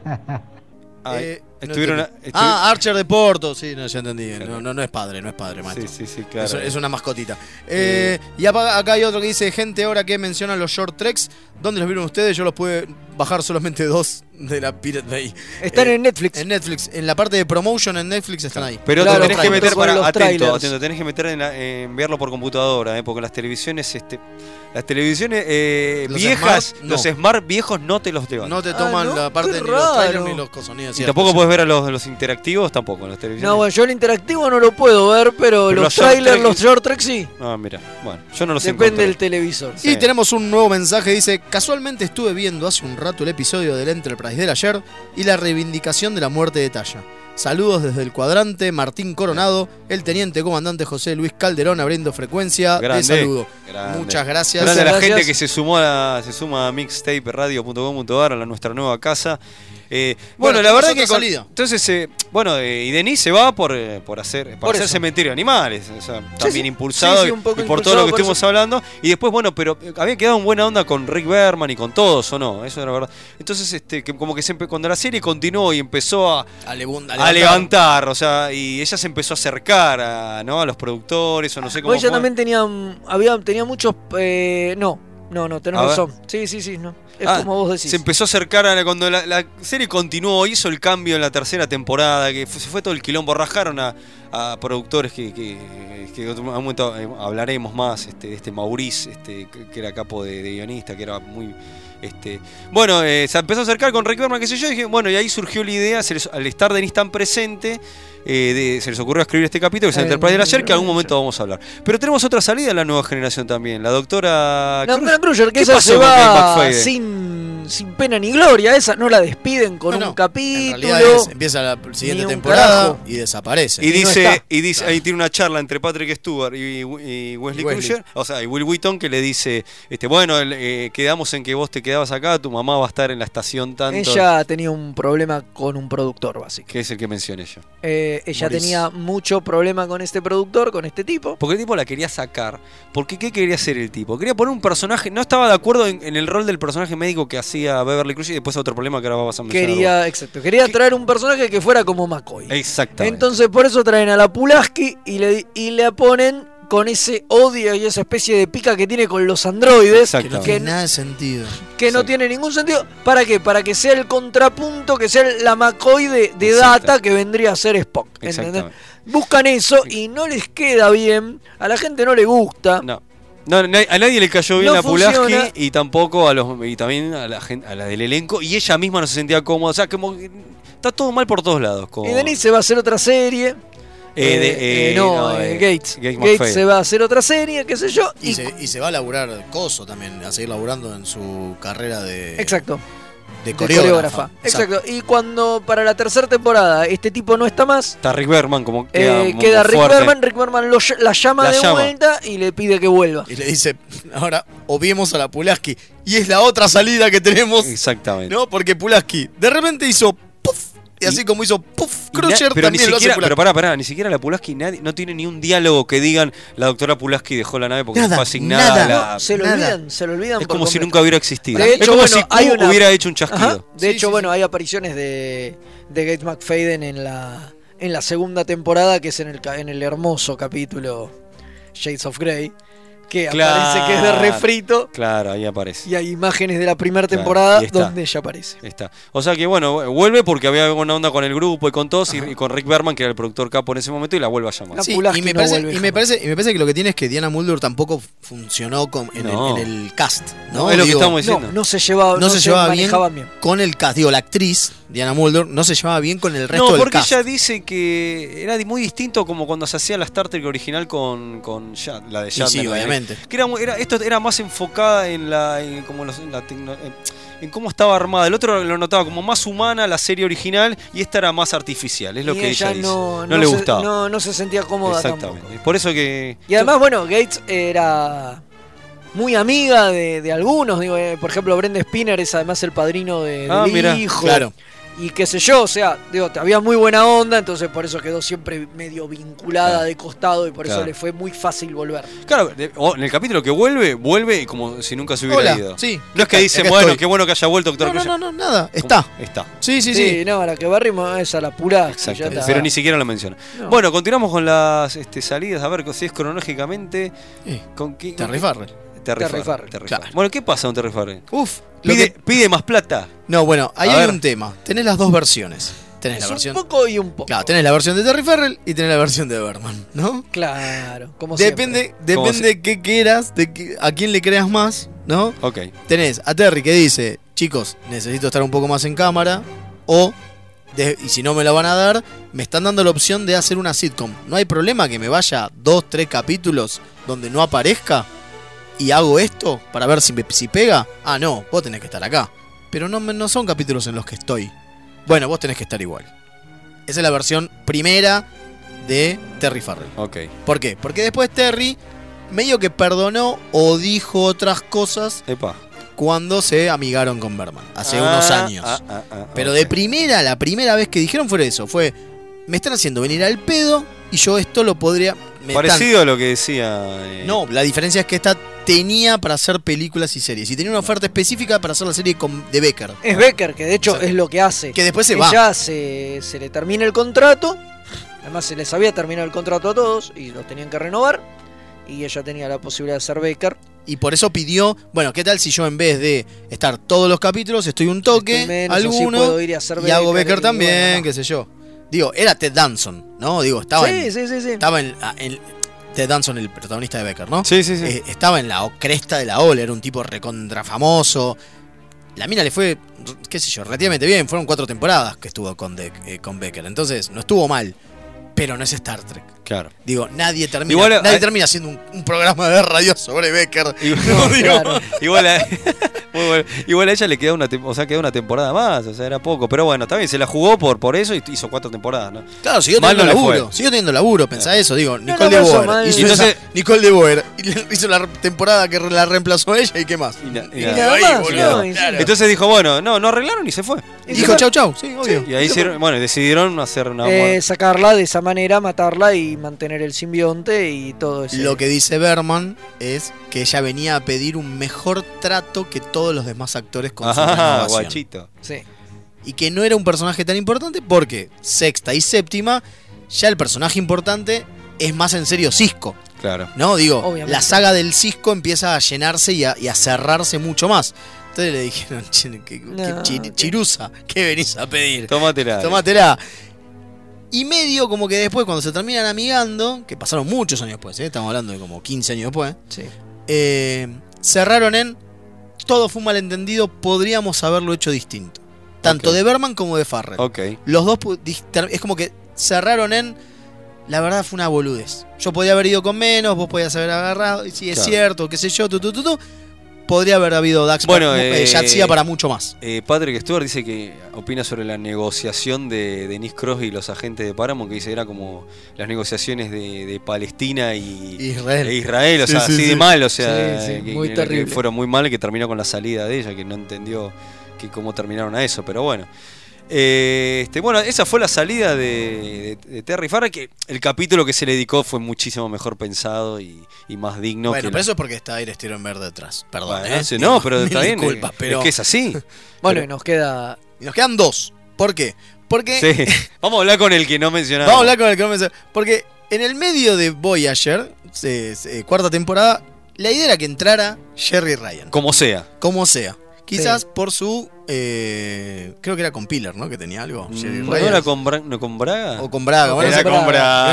Archer de Porto, sí, ya entendí. Claro. No es padre, maestro. Sí, claro. Es una mascotita. Y acá hay otro que dice: gente ahora que mencionan los short treks, ¿dónde los vieron ustedes? Yo los pude bajar solamente 2 de la Pirate Bay. Están en Netflix. En Netflix, en la parte de promotion en Netflix están ahí. Pero te tenés que meter atento, tenés que meter en verlo por computadora, porque las televisiones viejas, los smart viejos no te los llevan. No te toman la parte ni los trailers ni los sonidos. Y tampoco puedes ver a los interactivos, tampoco en las televisiones. No, bueno, yo el interactivo no lo puedo ver, pero los trailers, los short tracks sí. Ah, mira, bueno, yo no los Depende del televisor. Y tenemos un nuevo mensaje, dice: casualmente estuve viendo hace un rato el episodio del Enterprise del ayer y la reivindicación de la muerte de Talla. Saludos desde el cuadrante, Martín Coronado, el teniente comandante José Luis Calderón abriendo frecuencia de saludo. Grande. Muchas gracias. Grande a la gente que se suma a mixtaperadio.com.ar, a nuestra nueva casa. Bueno, la verdad que entonces y Denis se va por hacer Cementerio de Animales, o sea, también impulsado y por todo lo que estuvimos hablando, y después pero había quedado en buena onda con Rick Berman y con todos, ¿o no? Eso era verdad. Entonces como que cuando la serie continuó y empezó a levantar, o sea, y ella se empezó a acercar a los productores, o no sé cómo. Ella también tenía muchos no, tenés razón. Sí, no. Es como vos decís. Se empezó a acercar cuando la serie continuó, hizo el cambio en la tercera temporada, que se fue todo el quilombo, rajaron a productores que en un momento hablaremos más, Maurice, que era capo de guionista, que era muy Bueno, se empezó a acercar con Rick Berman, qué sé yo, y dije, bueno, y ahí surgió la idea, al estar Denise tan presente, se les ocurrió escribir este capítulo, que es el Enterprise del ayer, que en algún momento vamos a hablar. Pero tenemos otra salida en la nueva generación también, la doctora Crusher, que esa se va sin pena ni gloria, esa no la despiden con un capítulo. En realidad empieza la siguiente temporada y desaparece. Y dice, ahí tiene una charla entre Patrick Stewart y Wesley Crusher, o sea, y Will Wheaton, que le dice, bueno, quedamos en que vos te quedabas acá, tu mamá va a estar en la estación tanto. Ella tenía un problema con un productor, básicamente. Que es el que menciona ella. Ella tenía mucho problema con este productor, con este tipo. Porque el tipo la quería sacar. Porque ¿qué quería hacer el tipo? Quería poner un personaje, no estaba de acuerdo en el rol del personaje médico que hacía Beverly Crusher, y después otro problema que ahora vas a mencionar. Quería traer un personaje que fuera como McCoy. Exactamente. Entonces por eso traen a la Pulaski y le ponen con ese odio y esa especie de pica que tiene con los androides. Que no tiene nada de sentido. Que no tiene ningún sentido. ¿Para qué? Para que sea el contrapunto, que sea la McCoy de Data, que vendría a ser Spock. ¿Entendés? Buscan eso y no les queda bien. A la gente no le gusta. No, a nadie le cayó bien la Pulaski y tampoco y también a la del elenco, y ella misma no se sentía cómoda. O sea, como está todo mal por todos lados. Y Denise se va a hacer otra serie. Gates se va a hacer otra serie, qué sé yo. Y se va a laburar Coso también, a seguir laburando en su carrera de... Exacto. De coreógrafa. Exacto. Y cuando para la tercera temporada este tipo no está más, está Rick Berman, como queda Rick Berman la llama de vuelta y le pide que vuelva. Y le dice, ahora obviemos a la Pulaski. Y es la otra salida que tenemos. Exactamente. ¿No? Porque Pulaski de repente hizo puff. Y así como hizo puff, Crusher también lo hace Pulaski. Pero pará, ni siquiera la Pulaski no tiene ni un diálogo que digan la doctora Pulaski dejó la nave porque fue asignada a la... Se lo olvidan. Es como si nunca hubiera existido. De hecho, es como si hubiera hecho un chasquido. Ajá. De hecho, hay apariciones de Gates McFadden en la segunda temporada, que es en el hermoso capítulo Shades of Grey, que aparece que es de refrito. Claro, ahí aparece. Y hay imágenes de la primera temporada donde ella aparece. Está. O sea que vuelve porque había una onda con el grupo y con todos y con Rick Berman, que era el productor capo en ese momento, y la vuelve a llamar. Sí, y me parece que lo que tiene es que Diana Muldaur tampoco funcionó en el cast, ¿no? Es lo que estamos diciendo. No se llevaba bien con el cast. Digo, la actriz Diana Muldaur no se llevaba bien con el resto del cast. No, porque ella dice que era muy distinto como cuando se hacía la Star Trek original con la de Shatner. Sí, obviamente. Que esto era más enfocada en cómo estaba armada. El otro lo notaba como más humana, la serie original, y esta era más artificial. Es lo que ella dice. No le gustaba. No se sentía cómoda. Exactamente. Tampoco. Por eso que. Y además, Gates era muy amiga de algunos. Por ejemplo, Brenda Spinner es además el padrino del hijo. Claro. Y qué sé yo, o sea, había muy buena onda, entonces por eso quedó siempre medio vinculada de costado y por eso le fue muy fácil volver. Claro, en el capítulo que vuelve y como si nunca se hubiera ido. Sí. No es que dice, qué bueno que haya vuelto, doctor. No, nada, está. Sí. No, la que barrimos es a la pura. Exacto, pero ni siquiera lo menciona. No. Bueno, continuamos con las salidas, a ver si es cronológicamente. ¿Con qué? Terry Farrell. Claro. Bueno, ¿qué pasa con Terry Farrell? Pide más plata. No, bueno, ahí hay un tema. Tenés las dos versiones. Tenés la versión. Un poco y un poco. Claro, tenés la versión de Terry Farrell y tenés la versión de Berman, ¿no? Claro, como depende de qué quieras, a quién le creas más, ¿no? Ok. Tenés a Terry que dice, chicos, necesito estar un poco más en cámara, y si no me la van a dar, me están dando la opción de hacer una sitcom. No hay problema que me vaya 2-3 capítulos donde no aparezca y hago esto para ver si pega. Ah, no, vos tenés que estar acá. Pero no son capítulos en los que estoy. Bueno, vos tenés que estar igual. Esa es la versión primera de Terry Farrell. Ok. ¿Por qué? Porque después Terry medio que perdonó o dijo otras cosas cuando se amigaron con Berman hace unos años. Pero de la primera vez que dijeron fue eso. Me están haciendo venir al pedo y yo esto lo podría... Parecido a lo que decía... No, la diferencia es que esta tenía para hacer películas y series. Y tenía una oferta específica para hacer la serie de Becker. Es Becker, que de hecho es lo que hace. Que después se va. Ya se le termina el contrato. Además se les había terminado el contrato a todos y los tenían que renovar. Y ella tenía la posibilidad de ser Becker. Y por eso pidió, bueno, ¿qué tal si yo en vez de estar todos los capítulos estoy un toque, alguno, puedo ir a hacer y hago Becker también, qué sé yo? Digo, era Ted Danson, ¿no? Digo, estaba estaba en Ted Danson, el protagonista de Becker, ¿no? Sí. Estaba en la cresta de la ola, era un tipo recontra famoso, la mina le fue, qué sé yo, relativamente bien. Fueron 4 temporadas que estuvo con Becker. Entonces, no estuvo mal. Pero no es Star Trek. Claro. Digo, nadie termina haciendo un programa de radio sobre Becker. Igual a ella le queda una temporada más, o sea, era poco. Pero bueno, también se la jugó por eso y hizo 4 temporadas, ¿no? Claro, siguió teniendo laburo. Pensá eso, digo, Nicole de Boer hizo la temporada que la reemplazó a ella y qué más. Entonces dijo, bueno, no arreglaron y se fue. Dijo chau, sí, obvio. Y ahí decidieron hacer una sacarla de esa manera, matarla y mantener el simbionte y todo eso. Lo que dice Berman es que ella venía a pedir un mejor trato que todos los demás actores con su renovación. Guachito. Sí. Y que no era un personaje tan importante porque sexta y séptima, ya el personaje importante es más en serio Sisko. Claro. ¿No? Digo, obviamente. La saga del Sisko empieza a llenarse y a cerrarse mucho más. Entonces le dijeron, Chirusa, ¿qué venís a pedir? Tómatela. Y medio como que después, cuando se terminan amigando, que pasaron muchos años después, estamos hablando de como 15 años después, cerraron en todo fue un malentendido, podríamos haberlo hecho distinto. Tanto de Berman como de Farrell. Los dos es como que cerraron en la verdad fue una boludez. Yo podía haber ido con menos, vos podías haber agarrado, y si es cierto, qué sé yo, podría haber habido Dax Yatsia para mucho más. Patrick Stewart dice que opina sobre la negociación de Denise Crosby y los agentes de Paramount, que dice era como las negociaciones de Palestina y Israel, o sea, así de mal, o sea, muy terrible. Que fueron muy mal y que terminó con la salida de ella, que no entendió cómo terminaron a eso, pero bueno. Bueno, esa fue la salida de Terry Farrell, que el capítulo que se le dedicó fue muchísimo mejor pensado y más digno. Bueno, pero eso es porque está Iris Tirenberg detrás. Perdón. No, pero está bien. Disculpas, pero... Es que es así. Bueno, y nos quedan 2. ¿Por qué? Porque... Vamos a hablar con el que no mencionaba. Porque en el medio de Voyager, cuarta temporada, la idea era que entrara Jerry Ryan. Como sea. Quizás por su... creo que era con Pillar, ¿no? Que tenía algo. ¿No era con Braga? O con Braga. Bueno, Era con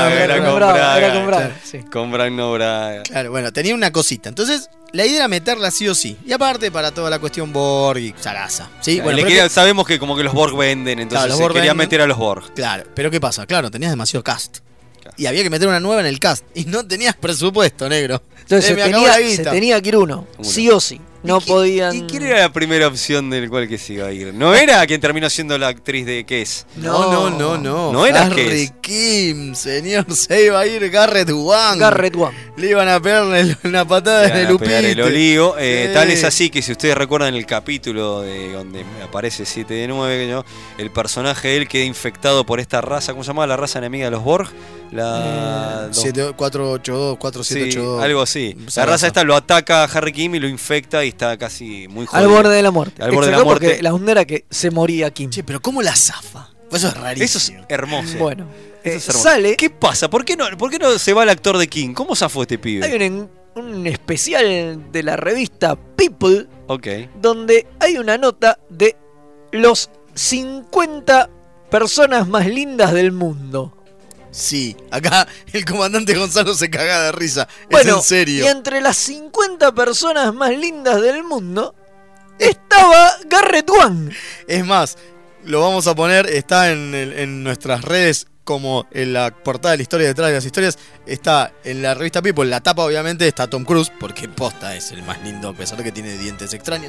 Braga. Sí. Con Bragno Braga. Claro, bueno, tenía una cosita. Entonces, la idea era meterla sí o sí. Y aparte, para toda la cuestión Borg y Sarasa. ¿Sí? Bueno, sabemos que como que los Borg venden, entonces se quería meter a los Borg. Claro, pero ¿qué pasa? Claro, tenías demasiado cast. Y había que meter una nueva en el cast. Y no tenías presupuesto, negro. Entonces se tenía que ir uno. Sí o sí. No podían. ¿Y quién era la primera opción del cual que se iba a ir? ¿No era quien terminó siendo la actriz de Kes? No. No era Harry Kim, señor. Se iba a ir Garrett Wang. Le iban a pegarle una patada en el upite. El olivo. Tal es así que si ustedes recuerdan el capítulo de donde aparece 7 de 9, ¿no? El personaje de él queda infectado por esta raza. ¿Cómo se llama la raza enemiga de los Borg? La 482, 4782. Algo así. La raza esta lo ataca a Harry Kim y lo infecta y está casi muy jodido. Al borde de la muerte. Porque la onda era que se moría Kim. Che, pero ¿cómo la zafa? Eso es rarísimo. Eso es hermoso. Bueno, eso es sale. ¿Qué pasa? ¿Por qué no se va el actor de Kim? ¿Cómo zafó este pibe? Hay un especial de la revista People. Okay. Donde hay una nota de los 50 personas más lindas del mundo. Sí, acá el comandante Gonzalo se caga de risa. Bueno, es en serio. Y entre las 50 personas más lindas del mundo estaba Garrett Wang. Es más, lo vamos a poner, está en nuestras redes como en la portada de la historia detrás de las historias. Está en la revista People, la tapa obviamente está Tom Cruise, porque posta es el más lindo a pesar de que tiene dientes extraños.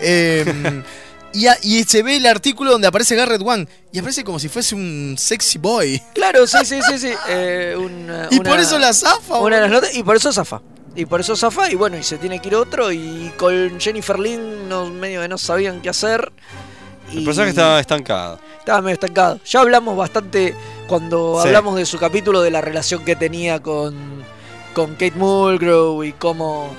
Y se ve el artículo donde aparece Garrett Wang y aparece como si fuese un sexy boy. Claro, sí. Y por eso la zafa. Una de las notas, y por eso zafa. Y bueno, y se tiene que ir otro. Y con Jennifer Lin medio que no sabían qué hacer. El personaje estaba estancado. Estaba medio estancado. Ya hablamos bastante cuando hablamos de su capítulo de la relación que tenía con Kate Mulgrew y cómo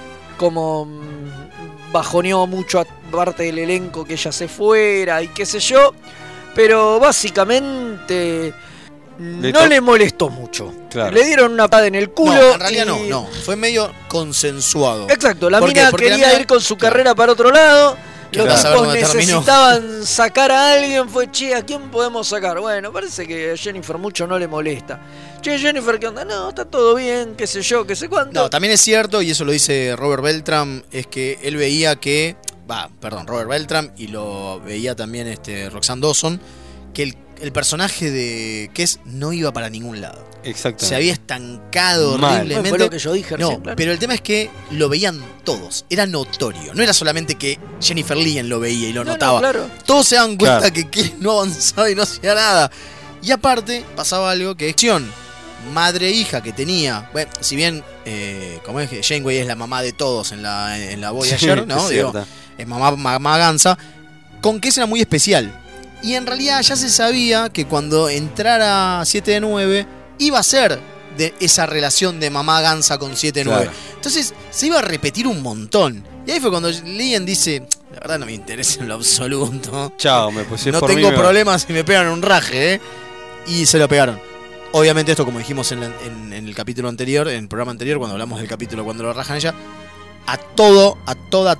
bajoneó mucho a parte del elenco que ella se fuera y qué sé yo, pero básicamente no le molestó mucho. Claro. Le dieron una patada en el culo. No, en realidad no, fue medio consensuado. Exacto, la mina quería ir con su carrera para otro lado. Los tipos necesitaban sacar a alguien, che, ¿a quién podemos sacar? Bueno, parece que a Jennifer mucho no le molesta. Che, Jennifer, ¿qué onda? No, está todo bien, qué sé yo, qué sé cuánto. No, también es cierto, y eso lo dice Robert Beltram, es que él veía que, Robert Beltram, y lo veía también Roxanne Dawson, que el personaje de Kes no iba para ningún lado. Exacto. Se había estancado horriblemente. Fue lo que yo dije recién, No, claro. pero el tema es que lo veían todos. Era notorio. No era solamente que Jennifer Lien lo veía y lo notaba. claro. Todos se daban cuenta Claro. que Kes no avanzaba y no hacía nada. Y aparte, pasaba algo que es madre e hija que tenía. Bueno, si bien, como es que Janeway es la mamá de todos en la Voyager, Sí, ¿no? es Digo, cierta. es mamá Gansa. Con Kes era muy especial. Y en realidad ya se sabía que cuando entrara 7 de 9 iba a ser de esa relación de mamá Gansa con 7 de 9. Claro. Entonces se iba a repetir un montón. Y ahí fue cuando Lien dice, la verdad no me interesa en lo absoluto. Chao, me puse No por mí, tengo me va. problemas si me pegan un raje, ¿eh? Y se lo pegaron. Obviamente esto, como dijimos en el capítulo anterior, en el programa anterior, cuando hablamos del capítulo cuando lo rajan ella, a toda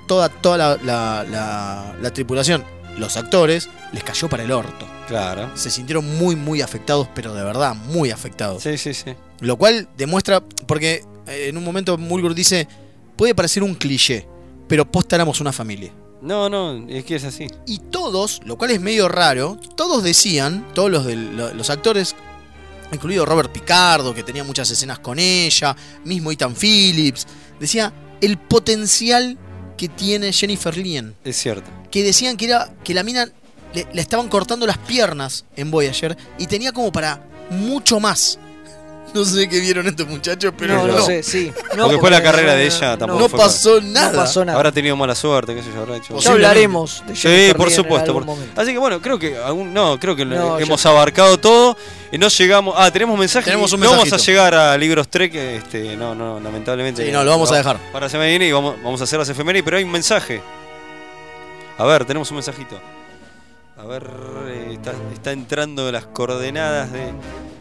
la tripulación, los actores, les cayó para el orto. Claro. Se sintieron muy, muy afectados, pero de verdad, muy afectados. Sí. Lo cual demuestra, porque en un momento Mulgrew dice, puede parecer un cliché, pero posta éramos una familia. No, es que es así. Y todos, lo cual es medio raro, todos decían, todos los actores, incluido Robert Picardo, que tenía muchas escenas con ella, mismo Ethan Phillips, decía el potencial que tiene Jennifer Lien. Es cierto. Que decían que la mina le estaban cortando las piernas en Voyager y tenía como para mucho más. No sé qué vieron estos muchachos, pero No sé, sí. No, porque después la carrera de ella tampoco no fue pasó nada. No pasó nada. Habrá tenido mala suerte, qué sé yo, habrá hecho. Ya hablaremos de Sí, Jennifer por Lien supuesto. en algún momento. Así que bueno, creo que No, hemos ya- abarcado todo. Y no llegamos. Tenemos mensajes. Tenemos un no vamos a mensajito. llegar a Libros Trek. No, lamentablemente. Sí, no, lo vamos a dejar. Para la semana que viene y vamos a hacer las efemérides, pero hay un mensaje. A ver, tenemos un mensajito. A ver, está entrando las coordenadas de.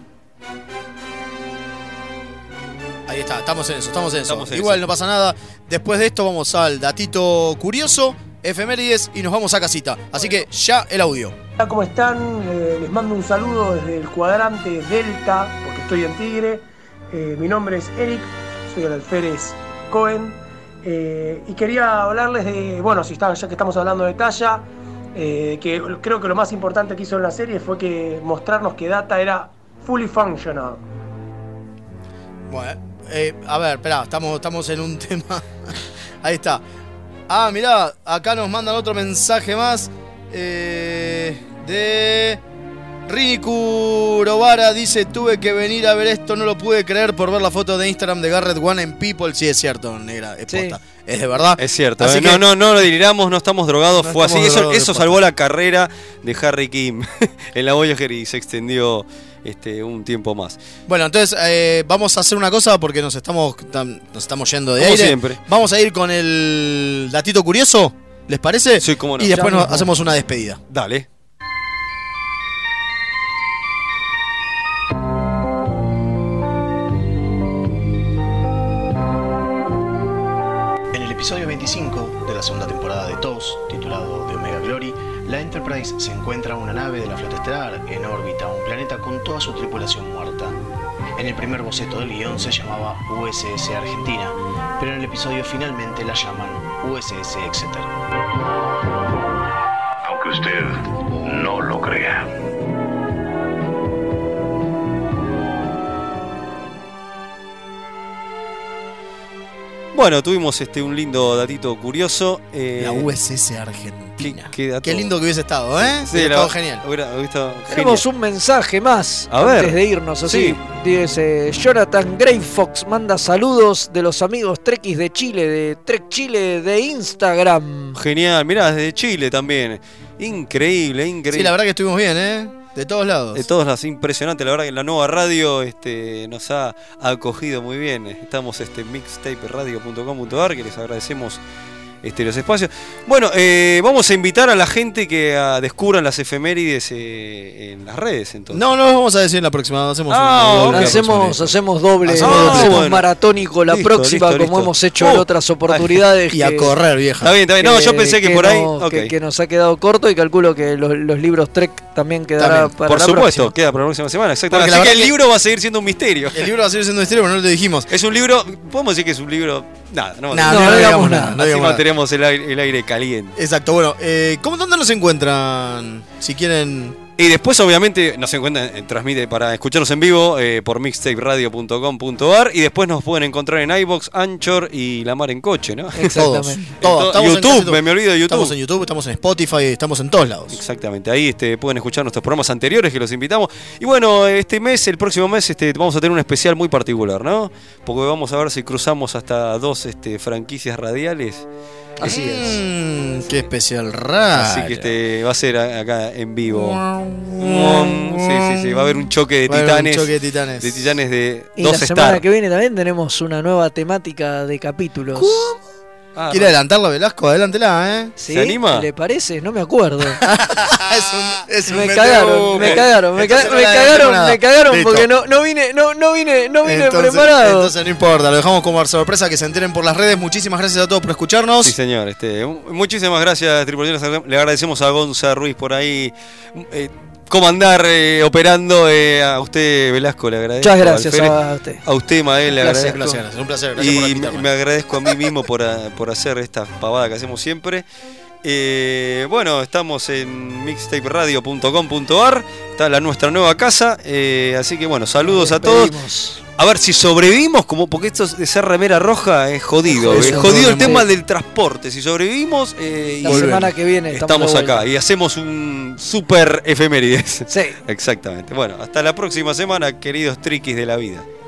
Ahí está, estamos en eso. Estamos en Igual eso. no pasa nada. Después de esto vamos al datito curioso, efemérides y nos vamos a casita. Así que ya el audio. Hola, ¿cómo están? Les mando un saludo desde el cuadrante Delta, porque estoy en Tigre. Mi nombre es Eric, soy el alférez Cohen. Y quería hablarles de, bueno, ya que estamos hablando de talla, que creo que lo más importante que hizo en la serie fue que mostrarnos que Data era fully functional. Bueno, a ver, esperá, estamos en un tema. Ahí está. Mirá, acá nos mandan otro mensaje más. De Rini Kurovara dice: tuve que venir a ver esto, no lo pude creer por ver la foto de Instagram de Garrett One en People. Sí, es cierto, negra, es posta. Es de verdad. Es cierto, Así que- no lo deliramos, no estamos drogados, No fue así. estamos drogados, Eso de salvó la carrera de Harry Kim en la Voyager y se extendió un tiempo más. Bueno, entonces vamos a hacer una cosa porque nos estamos yendo de Como aire. siempre. Vamos a ir con el datito curioso, ¿les parece? Sí, cómo no. Y después Ya mismo. hacemos una despedida. Dale. En el episodio 25 de la segunda temporada de TOS, titulado The Omega Glory, la Enterprise se encuentra una nave de la flota estelar en órbita a un planeta con toda su tripulación muerta. En el primer boceto del guión se llamaba USS Argentina, pero en el episodio finalmente la llaman USS Exeter. Aunque usted no lo crea. Bueno, tuvimos un lindo datito curioso. La USS Argentina. Qué dato. Qué lindo que hubiese estado, ¿eh? Sí, Hubiera la- estado genial. hubiera estado Tenemos genial. un mensaje más A ver. antes de irnos, así. Sí. Dice Jonathan Gray Fox manda saludos de los amigos Trekkies de Chile, de Trek Chile de Instagram. Genial, mirá, desde Chile también. Increíble. Sí, la verdad que estuvimos bien, ¿eh? De todos lados. De todos lados, impresionante. La verdad que la nueva radio nos ha acogido muy bien. Estamos en mixtaperadio.com.ar, que les agradecemos los espacios. Bueno, vamos a invitar a la gente que descubran las efemérides en las redes. Entonces. No, no vamos a decir la próxima. Hacemos ok. Hacemos doble, Hacemos hacemos maratónico la Listo, próxima, listo, como listo. hemos hecho en otras oportunidades. Y a correr, vieja. Está bien, está bien. No, yo pensé que por ahí. Ok. Que nos ha quedado corto y calculo que los libros Trek también quedará También, para Por la supuesto, próxima. queda para la próxima semana. Exactamente. Porque la Así que el verdad libro va a seguir siendo un misterio. El libro va a seguir siendo un misterio, pero no lo dijimos. Es un libro, podemos decir que es un libro. Nada, no No digamos nada. Así mantenemos queremos el aire caliente. Exacto, bueno, ¿dónde nos encuentran? Si quieren... Y después, obviamente, nos encuentran, transmite para escucharnos en vivo por mixtaperadio.com.ar y después nos pueden encontrar en iVoox, Anchor y La Mar en Coche, ¿no? Exactamente. Todos. YouTube, me olvido de YouTube. Estamos en YouTube, estamos en Spotify, estamos en todos lados. Exactamente, ahí pueden escuchar nuestros programas anteriores que los invitamos. Y bueno, el próximo mes, vamos a tener un especial muy particular, ¿no? Porque vamos a ver si cruzamos hasta 2 franquicias radiales. Así es. Qué especial raro. Así que va a ser acá en vivo. Sí. Va a haber un choque de titanes. De titanes de y 2 la semana que viene también tenemos una nueva temática de capítulos. ¿Quiere adelantarla, Velasco? Adelántela, ¿Sí? ¿Se anima? ¿Le parece? No me acuerdo. me cagaron porque no vine preparado. Entonces no importa, lo dejamos como sorpresa, que se enteren por las redes. Muchísimas gracias a todos por escucharnos. Sí, señor. Muchísimas gracias, tripulantes. Le agradecemos a Gonza Ruiz por ahí comandar, operando. A usted, Velasco, le agradezco. Muchas gracias a usted. A usted, Mael, le agradezco. Un placer. Gracias por invitarme. Me agradezco a mí mismo por hacer esta pavada que hacemos siempre. Bueno, estamos en mixtaperadio.com.ar. Está nuestra nueva casa. Así que bueno, saludos a todos. A ver si sobrevivimos, porque esto de ser remera roja es jodido. Es jodido el tema del transporte. Si sobrevivimos, la semana que viene estamos acá y hacemos un super efemérides. Sí. Exactamente. Bueno, hasta la próxima semana, queridos triquis de la vida.